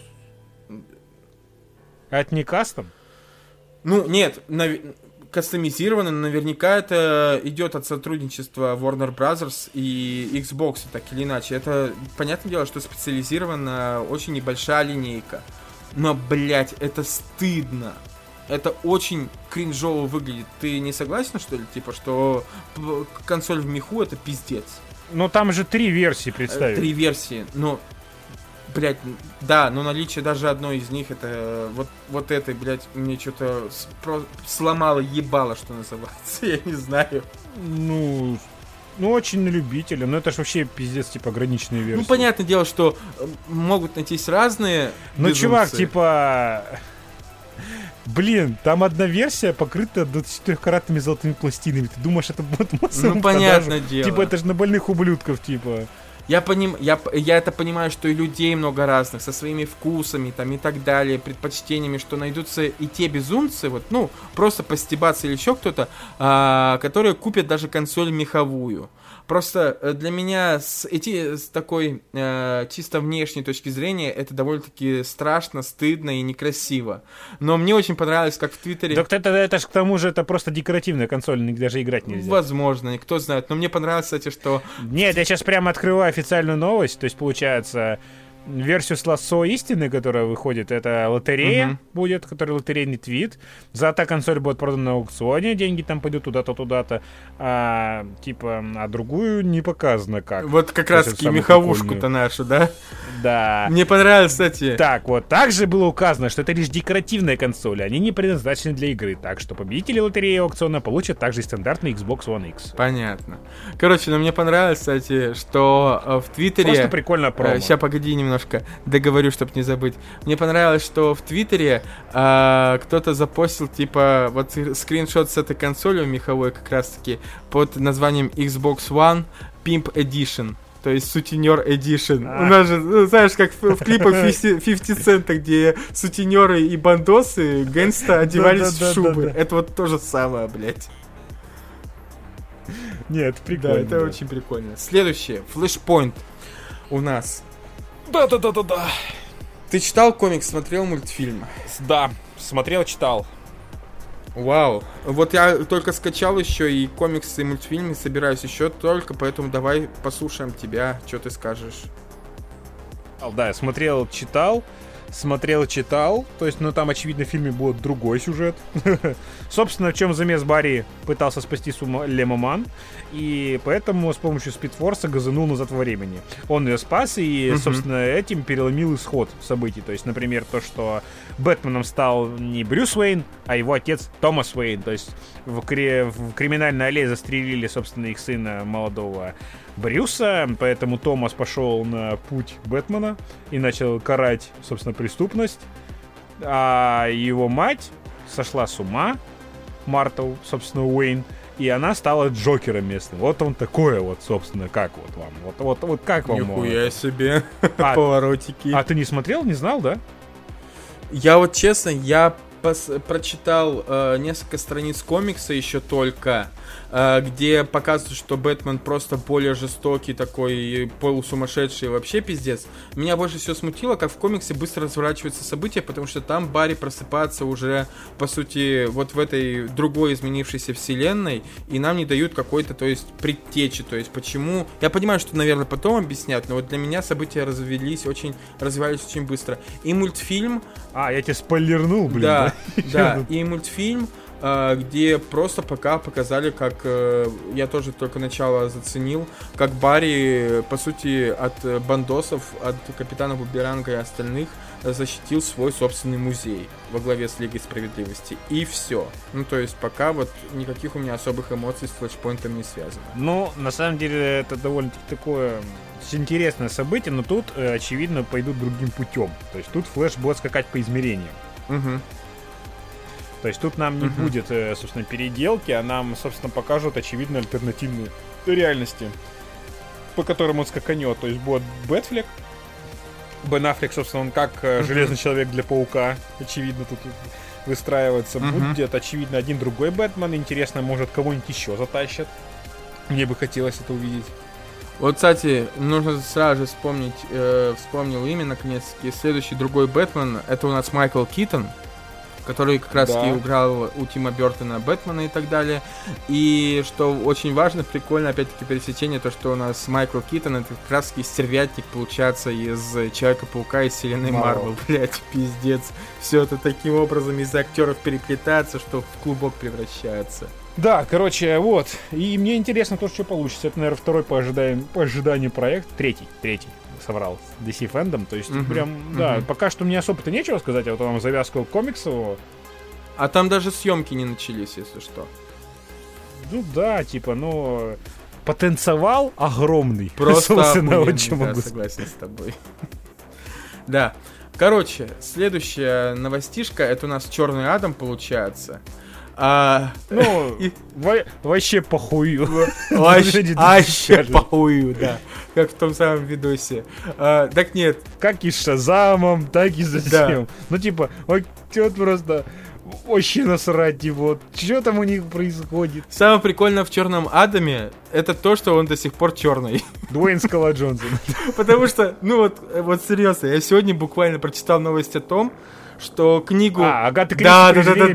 Speaker 2: А это не кастом?
Speaker 1: Ну, нет, кастомизировано, наверняка это идет от сотрудничества Warner Bros. И Xbox, так или иначе. Это, понятное дело, что специализирована очень небольшая линейка. Но, блять, это стыдно. Это очень кринжово выглядит. Ты не согласен, что ли? Типа, что консоль в меху — это пиздец.
Speaker 2: Ну, там же 3 версии представили.
Speaker 1: 3 версии, но... Блять, да, но наличие даже одной из них, это вот этой, блять, мне что-то сломало ебало, что называется, я не знаю.
Speaker 2: Ну, очень на любителя, но это ж вообще пиздец, типа, ограниченные версии.
Speaker 1: Ну, понятное дело, что могут найтись разные
Speaker 2: Ну,
Speaker 1: безумцы.
Speaker 2: чувак, типа... Блин, там одна версия покрыта 24-каратными золотыми пластинами. Ты думаешь, это будет массовым
Speaker 1: Ну, понятное дело.
Speaker 2: Типа, это же на больных ублюдков, типа...
Speaker 1: Я это понимаю, что и людей много разных, со своими вкусами там и так далее, предпочтениями, что найдутся и те безумцы, вот, ну, просто постебаться или еще кто-то, которые купят даже консоль меховую. Просто для меня с такой чисто внешней точки зрения это довольно-таки страшно, стыдно и некрасиво. Но мне очень понравилось, как в Твиттере...
Speaker 2: Так это ж к тому же это просто декоративная консоль, даже играть нельзя.
Speaker 1: Возможно, кто знает. Но мне понравилось, кстати, что...
Speaker 2: Нет, я сейчас прямо открываю официальную новость, то есть получается... Versus Lasso истины, которая выходит, это лотерея будет, который лотерейный твит. За та консоль будет продана на аукционе, деньги там пойдут туда-то, туда-то. А другую не показано как.
Speaker 1: Вот как раз таки меховушку-то нашу, да?
Speaker 2: Да.
Speaker 1: Мне понравилось, кстати.
Speaker 2: Так, вот, также было указано, что это лишь декоративная консоль, они не предназначены для игры, так что победители лотереи аукциона получат также и стандартный Xbox One X.
Speaker 1: Понятно. Короче, мне понравилось, кстати, что в Твиттере...
Speaker 2: Просто прикольно промо.
Speaker 1: Сейчас, погоди немножко, договорю, чтобы не забыть. Мне понравилось, что в Твиттере кто-то запостил, типа, вот скриншот с этой консолью меховой как раз-таки под названием Xbox One Pimp Edition. То есть сутенер Edition. У нас же, ну, знаешь, как в клипах 50 Cent, где сутенеры и бандосы гэнгста одевались в шубы. Это вот то же самое, блядь.
Speaker 2: Нет, прикольно.
Speaker 1: Да, это очень прикольно. Следующее. Flashpoint у нас.
Speaker 2: Да.
Speaker 1: Ты читал комикс, смотрел мультфильм?
Speaker 2: Да, смотрел, читал.
Speaker 1: Вау. Вот я только скачал еще и комиксы, и мультфильмы собираюсь еще только, поэтому давай послушаем тебя, что ты скажешь.
Speaker 2: Да, я смотрел, читал. То есть, ну, там, очевидно, в фильме будет другой сюжет. Собственно, в чем замес Барри пытался спасти Лемоман, и поэтому с помощью спидфорса газанул назад во времени. Он ее спас, и, собственно, этим переломил исход событий. То есть, например, то, что Бэтменом стал не Брюс Уэйн, а его отец Томас Уэйн. То есть, в криминальной аллее застрелили, собственно, их сына молодого Брюса, поэтому Томас пошел на путь Бэтмена и начал карать, собственно, преступность. А его мать сошла с ума, Марта, собственно, Уэйн, и она стала Джокером местным. Вот он такое вот, собственно, как вот вам. Вот как вам?
Speaker 1: Нихуя себе поворотики.
Speaker 2: А ты не смотрел, не знал, да?
Speaker 1: Я вот честно, прочитал несколько страниц комикса еще только, где показывают, что Бэтмен просто более жестокий, такой полусумасшедший, вообще пиздец. Меня больше всего смутило, как в комиксе быстро разворачиваются события, потому что там Барри просыпается уже, по сути, вот в этой другой изменившейся вселенной, и нам не дают какой-то, то есть, предтечи, то есть, почему... Я понимаю, что, наверное, потом объяснят, но вот для меня события развивались очень быстро. И мультфильм...
Speaker 2: Я тебе спойлернул, блин.
Speaker 1: Да, и мультфильм, где просто пока показали, как я тоже только начало заценил, как Барри, по сути, от бандосов, от Капитана Бумеранга и остальных защитил свой собственный музей во главе с Лигой Справедливости. И все. Ну, то есть, пока вот никаких у меня особых эмоций с Флэшпоинтом не связано.
Speaker 2: Ну, на самом деле, это довольно-таки такое интересное событие, но тут, очевидно, пойдут другим путем. То есть, тут Флэш будет скакать по измерениям. То есть тут нам не будет, собственно, переделки, а нам, собственно, покажут, очевидно, альтернативные реальности, по которым он скаканет. То есть будет Бэтфлек, Бен Аффлек, собственно, он как Железный Человек для Паука, очевидно, тут выстраивается. Будет, очевидно, один другой Бэтмен. Интересно, может, кого-нибудь еще затащат. Мне бы хотелось это увидеть.
Speaker 1: Вот, кстати, нужно сразу же вспомнить, вспомнил имя, наконец-таки. Следующий другой Бэтмен, это у нас Майкл Китон, который как раз-таки играл у Тима Бёртона Бэтмена и так далее. И что очень важно, прикольно, опять-таки, пересечение, то, что у нас Майкл Китон, это как раз-таки стервятник, получается, из Человека-паука, из вселенной Марвел. Блять, пиздец. Все это таким образом из-за актеров переплетается, что в клубок превращается.
Speaker 2: Да, короче, вот. И мне интересно то, что получится. Это, наверное, второй по ожиданию проект. Третий. Соврал. DC Fandom. То есть, да, пока что мне особо-то нечего сказать. А вот вам завязку комиксового.
Speaker 1: А там даже съемки не начались, если что.
Speaker 2: Ну да, типа, ну... Потенциал огромный.
Speaker 1: Просто охуенный, да, согласен с тобой. Да. Короче, следующая новостишка. Это у нас Черный Адам, получается.
Speaker 2: Вообще похую.
Speaker 1: Вообще похую, да. Как в том самом видосе. Так нет.
Speaker 2: Как и с Шазамом, так и за всем. Ну, типа, вот просто вообще насрать, типа, что там у них происходит.
Speaker 1: Самое прикольное в Черном Адаме это то, что он до сих пор черный.
Speaker 2: Дуэйн Скала Джонсон.
Speaker 1: Потому что, ну вот серьезно, я сегодня буквально прочитал новость о том, что книгу...
Speaker 2: Агаты Кристи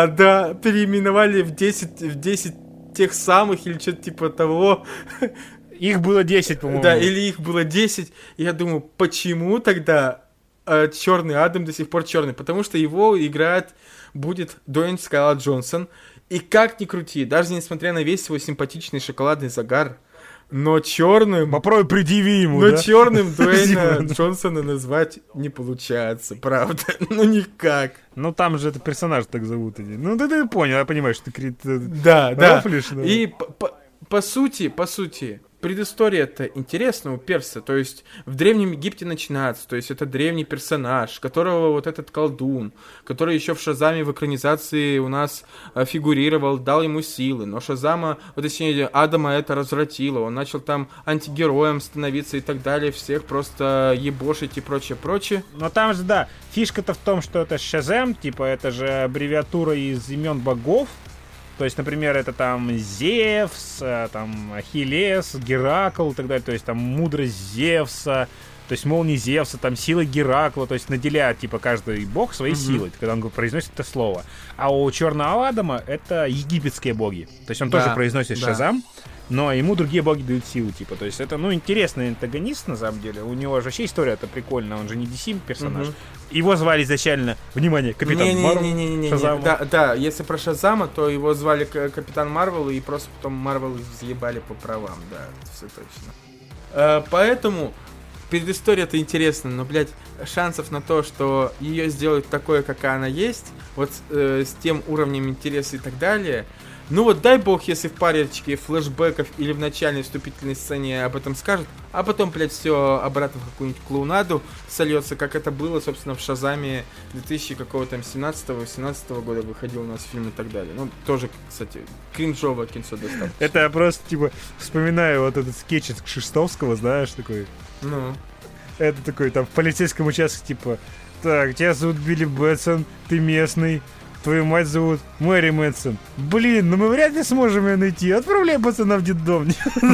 Speaker 1: переименовали в 10 тех самых или что-то типа того.
Speaker 2: Их было 10, по-моему.
Speaker 1: Да, или их было 10. И я думаю, почему тогда Черный Адам до сих пор черный? Потому что его играет будет Дуэйн Скала Джонсон. И как ни крути, даже несмотря на весь его симпатичный шоколадный загар, но черным...
Speaker 2: Попробуй предъяви ему,
Speaker 1: но
Speaker 2: да?
Speaker 1: черным Дуэйна Джонсона назвать не получается, правда. Ну никак.
Speaker 2: Ну там же это персонаж так зовут. Ну ты понял, я понимаю, что ты
Speaker 1: да.
Speaker 2: рофлишь, да.
Speaker 1: И по сути, предыстория-то интересна у Перса. То есть в Древнем Египте начинается. То есть это древний персонаж, которого вот этот колдун, который еще в Шазаме в экранизации у нас фигурировал, дал ему силы. Но Шазама, точнее Адама это развратило. Он начал там антигероем становиться и так далее. Всех просто ебошить и прочее.
Speaker 2: Но там же, да, фишка-то в том, что это Шазам, типа это же аббревиатура из имен богов. То есть, например, это там Зевс, там Ахиллес, Геракл и так далее. То есть там мудрость Зевса, то есть молнии Зевса, там сила Геракла. То есть наделяет, типа, каждый бог своей силой, когда он произносит это слово. А у Черного Адама это египетские боги. То есть он тоже произносит Шазам, но ему другие боги дают силу, типа. То есть это, интересный антагонист, на самом деле. У него же вообще история-то прикольная, он же не DC персонаж. Его звали изначально, внимание, Капитан Марвел.
Speaker 1: Шазама. Да, если про Шазама, то его звали Капитан Марвел, и просто потом Марвел взъебали по правам, да, все точно. Поэтому предыстория-то интересна, но, блядь, шансов на то, что ее сделают такое, какая она есть, вот с тем уровнем интереса и так далее... Ну вот дай бог, если в парочке флешбеков или в начальной вступительной сцене об этом скажут, а потом, блядь, все обратно в какую-нибудь клоунаду сольется, как это было, собственно, в Шазаме 2017-18 года выходил у нас фильм и так далее. Ну, тоже, кстати, кринжовое кинцо достаточно.
Speaker 2: Это я просто, типа, вспоминаю вот этот скетч из Кшиштовского, знаешь, такой.
Speaker 1: Ну.
Speaker 2: Это такой, там, в полицейском участке, типа, так, тебя зовут Билли Бэтсон, ты местный. Твою мать зовут Мэри Мэтсон. Блин, ну мы вряд ли сможем ее найти. Отправляй пацана в детдом.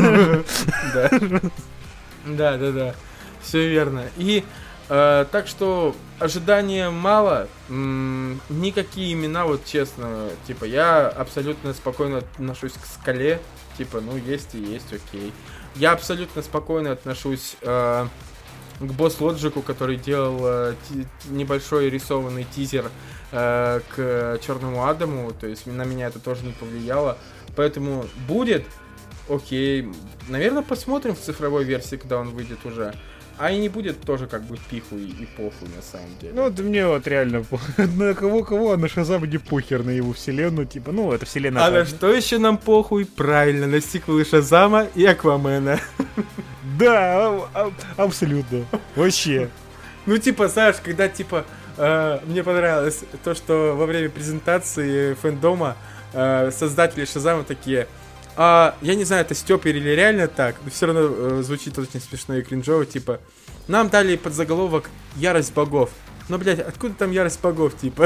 Speaker 1: Да. Все верно. И так что ожидания мало. Никакие имена, вот честно, типа, я абсолютно спокойно отношусь к Скале. Типа, ну есть и есть, окей. Я абсолютно спокойно отношусь к Босс Лоджику, который делал небольшой рисованный тизер к Черному Адаму, то есть на меня это тоже не повлияло, поэтому будет, окей, наверное, посмотрим в цифровой версии, когда он выйдет уже, а и не будет тоже как бы пихуй и похуй на самом деле.
Speaker 2: Ну, это мне вот реально на кого, а на Шазама не похер, на его вселенную, типа, это вселенная.
Speaker 1: А на что еще нам похуй? Правильно, на сиквелы Шазама и Аквамена.
Speaker 2: Да, абсолютно, вообще.
Speaker 1: Ну, типа, знаешь, когда, типа, мне понравилось то, что во время презентации фэндома создатели Шазама такие: я не знаю, это стёпер или реально так, но все равно звучит очень смешно и кринжово, типа, нам дали подзаголовок «Ярость богов». Но, блядь, откуда там ярость богов, типа?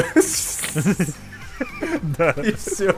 Speaker 2: Да.
Speaker 1: И все.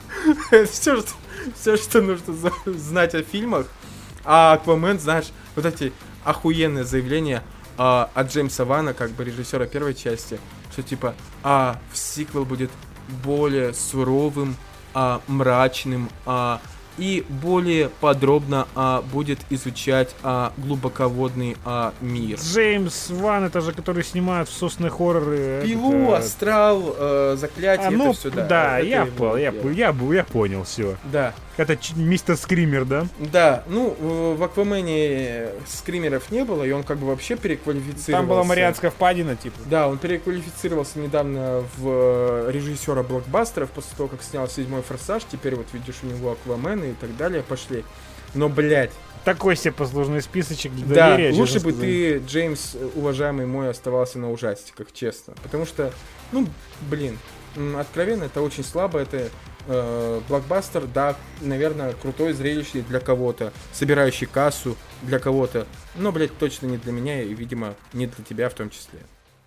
Speaker 1: Все, что нужно знать о фильмах. А Аквамен, знаешь, вот эти охуенные заявления от Джеймса Вана, как бы режиссера первой части, что типа, сиквел будет более суровым, мрачным, и более подробно будет изучать глубоководный мир.
Speaker 2: Джеймс Ван, это же который снимает собственные хорроры.
Speaker 1: Пилу, Астрал, Заклятие, это все, да.
Speaker 2: Да, я понял все.
Speaker 1: Да.
Speaker 2: Это мистер Скример, да?
Speaker 1: Да, в Аквамене скримеров не было, и он как бы вообще переквалифицировался.
Speaker 2: Там была Марианская впадина, типа.
Speaker 1: Да, он переквалифицировался недавно в режиссера блокбастеров, после того, как снял 7-й «Форсаж», теперь вот видишь у него Аквамен и так далее пошли. Но, блядь.
Speaker 2: Такой себе послужной списочек для доверия.
Speaker 1: Да, лучше бы ты, Джеймс, уважаемый мой, оставался на ужастиках, честно. Потому что, откровенно, это очень слабо, это... блокбастер, да, наверное, крутое зрелище для кого-то, собирающий кассу для кого-то, но, блядь, точно не для меня и, видимо, не для тебя в том числе.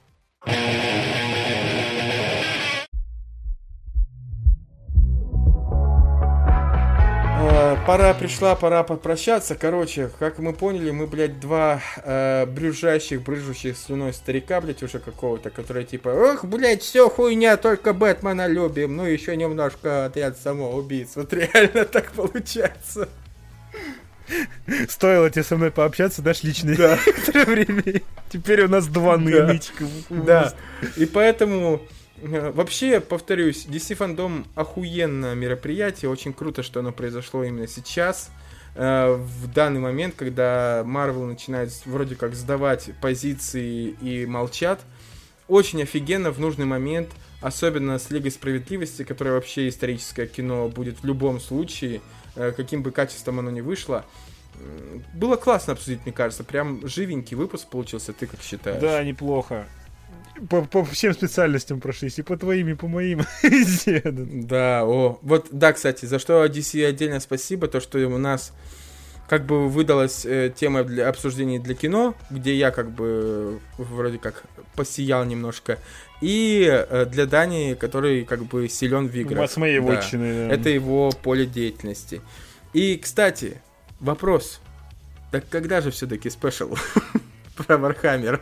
Speaker 1: Пора попрощаться. Короче, как мы поняли, мы, блядь, два брюзжащих слюной старика, блядь, уже какого-то, которые типа, ох, блядь, все хуйня, только Бэтмена любим, ну еще немножко отряд самоубийц. Вот реально так получается.
Speaker 2: Стоило тебе со мной пообщаться, дашь личное время. Теперь у нас 2 нычка.
Speaker 1: Да, и поэтому... Вообще, повторюсь, DC Fandom охуенное мероприятие, очень круто, что оно произошло именно сейчас, в данный момент, когда Marvel начинает вроде как сдавать позиции и молчат. Очень офигенно в нужный момент, особенно с Лигой Справедливости, которая вообще историческое кино будет в любом случае, каким бы качеством оно ни вышло. Было классно обсудить, мне кажется, прям живенький выпуск получился, ты как считаешь?
Speaker 2: Да, неплохо. По всем специальностям прошлись, и по твоим, и по моим.
Speaker 1: Да, вот, да, кстати, за что DC отдельно спасибо, то, что у нас как бы выдалась тема для обсуждений для кино, где я как бы вроде как посиял немножко, и для Дани, который как бы силен в играх.
Speaker 2: С моей вотчины, да.
Speaker 1: Это его поле деятельности. И, кстати, вопрос, так когда же все-таки спешл про Warhammer?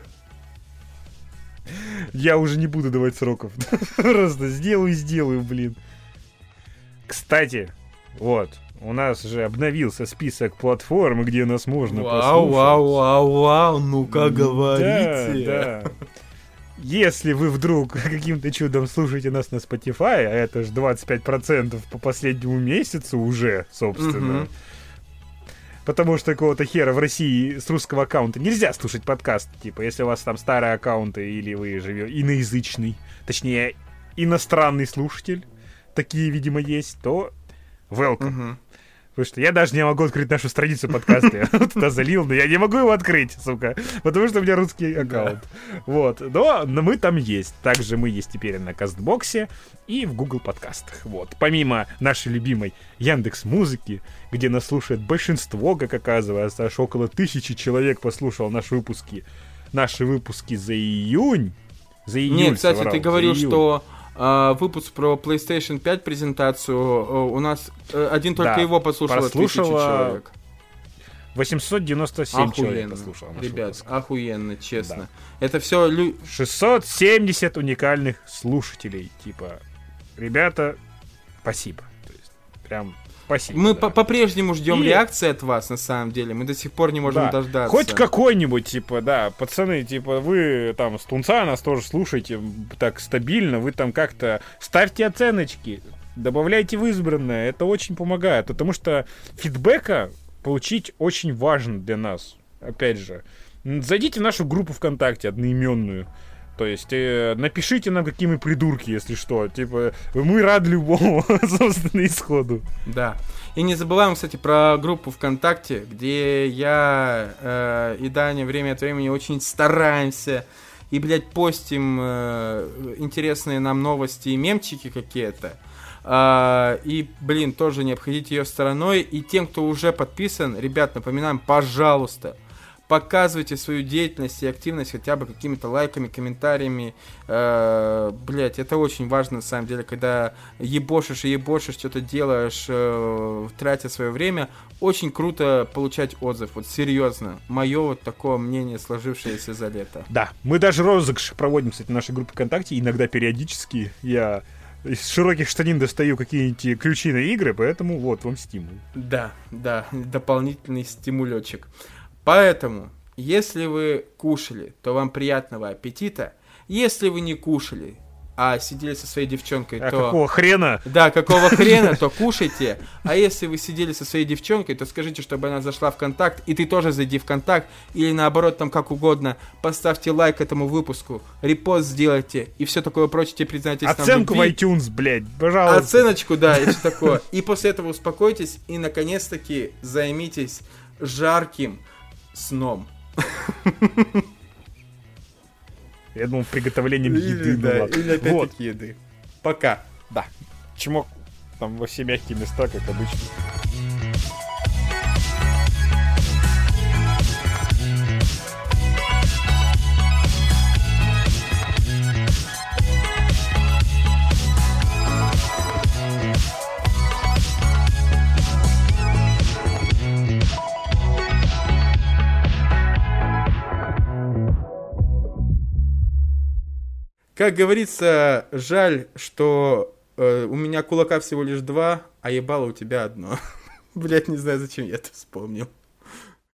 Speaker 2: Я уже не буду давать сроков. Просто сделаю, блин. Кстати, вот, у нас же обновился список платформ, где нас можно послушать.
Speaker 1: Вау, ну-ка говорите.
Speaker 2: Да. Если вы вдруг каким-то чудом слушаете нас на Spotify, а это же 25% по последнему месяцу уже, собственно, потому что какого-то хера в России с русского аккаунта нельзя слушать подкаст. Типа, если у вас там старые аккаунты или вы живете иноязычный, точнее, иностранный слушатель, такие, видимо, есть, то welcome. Потому что я даже не могу открыть нашу страницу подкаста. Я туда залил, но я не могу его открыть, сука. Потому что у меня русский аккаунт. Вот. Но мы там есть. Также мы есть теперь на Кастбоксе и в Google подкастах. Вот. Помимо нашей любимой Яндекс.Музыки, где нас слушает большинство, как оказывается, аж около 1000 человек послушал наши выпуски за июнь.
Speaker 1: Нет, кстати, ты говорил, что выпуск про PlayStation 5 презентацию, у нас один только его послушало 1000 человек.
Speaker 2: 897 человек послушало.
Speaker 1: Ребят, охуенно, честно. Да. Это все...
Speaker 2: 670 уникальных слушателей. Типа, ребята, спасибо. То есть, прям... Спасибо.
Speaker 1: Мы по-прежнему ждем реакции от вас, на самом деле. Мы до сих пор не можем дождаться.
Speaker 2: Хоть какой-нибудь, типа, да, пацаны, типа, вы там с Тунца нас тоже слушаете так стабильно, вы там как-то ставьте оценочки, добавляйте в избранное, это очень помогает, потому что фидбэка получить очень важно для нас. Опять же, зайдите в нашу группу ВКонтакте одноименную. То есть, напишите нам, какие мы придурки, если что. Типа, мы рады любому, собственно, исходу.
Speaker 1: Да. И не забываем, кстати, про группу ВКонтакте, где я и Даня время от времени очень стараемся и, блядь, постим интересные нам новости и мемчики какие-то. И, блин, тоже не обходите ее стороной. И тем, кто уже подписан, ребят, напоминаем, пожалуйста, показывайте свою деятельность и активность хотя бы какими-то лайками, комментариями. Блять, это очень важно на самом деле, когда ебошишь, что-то делаешь, тратя свое время. Очень круто получать отзыв. Вот серьезно. Мое вот такое мнение, сложившееся за лето.
Speaker 2: Да, мы даже розыгрыш проводим, кстати, в нашей группе ВКонтакте. Иногда периодически я из широких штанин достаю какие-нибудь ключи на игры, поэтому вот вам стимул.
Speaker 1: Да, дополнительный стимулечек. Поэтому, если вы кушали, то вам приятного аппетита. Если вы не кушали, а сидели со своей девчонкой, то...
Speaker 2: какого хрена?
Speaker 1: Да, какого хрена, то кушайте. А если вы сидели со своей девчонкой, то скажите, чтобы она зашла в контакт, и ты тоже зайди в контакт, или наоборот, там как угодно, поставьте лайк этому выпуску, репост сделайте, и все такое прочее, признайтесь нам в любви.
Speaker 2: Оценку в iTunes, блядь, пожалуйста.
Speaker 1: Оценочку, да, и все такое. И после этого успокойтесь, и наконец-таки займитесь жарким сном.
Speaker 2: Я думал, приготовлением еды.
Speaker 1: Или опять-таки еды. Пока.
Speaker 2: Да. Чмок там во все мягкие места, как обычно.
Speaker 1: Как говорится, жаль, что у меня кулака всего лишь 2, а ебало у тебя 1. Блять, не знаю, зачем я это вспомнил.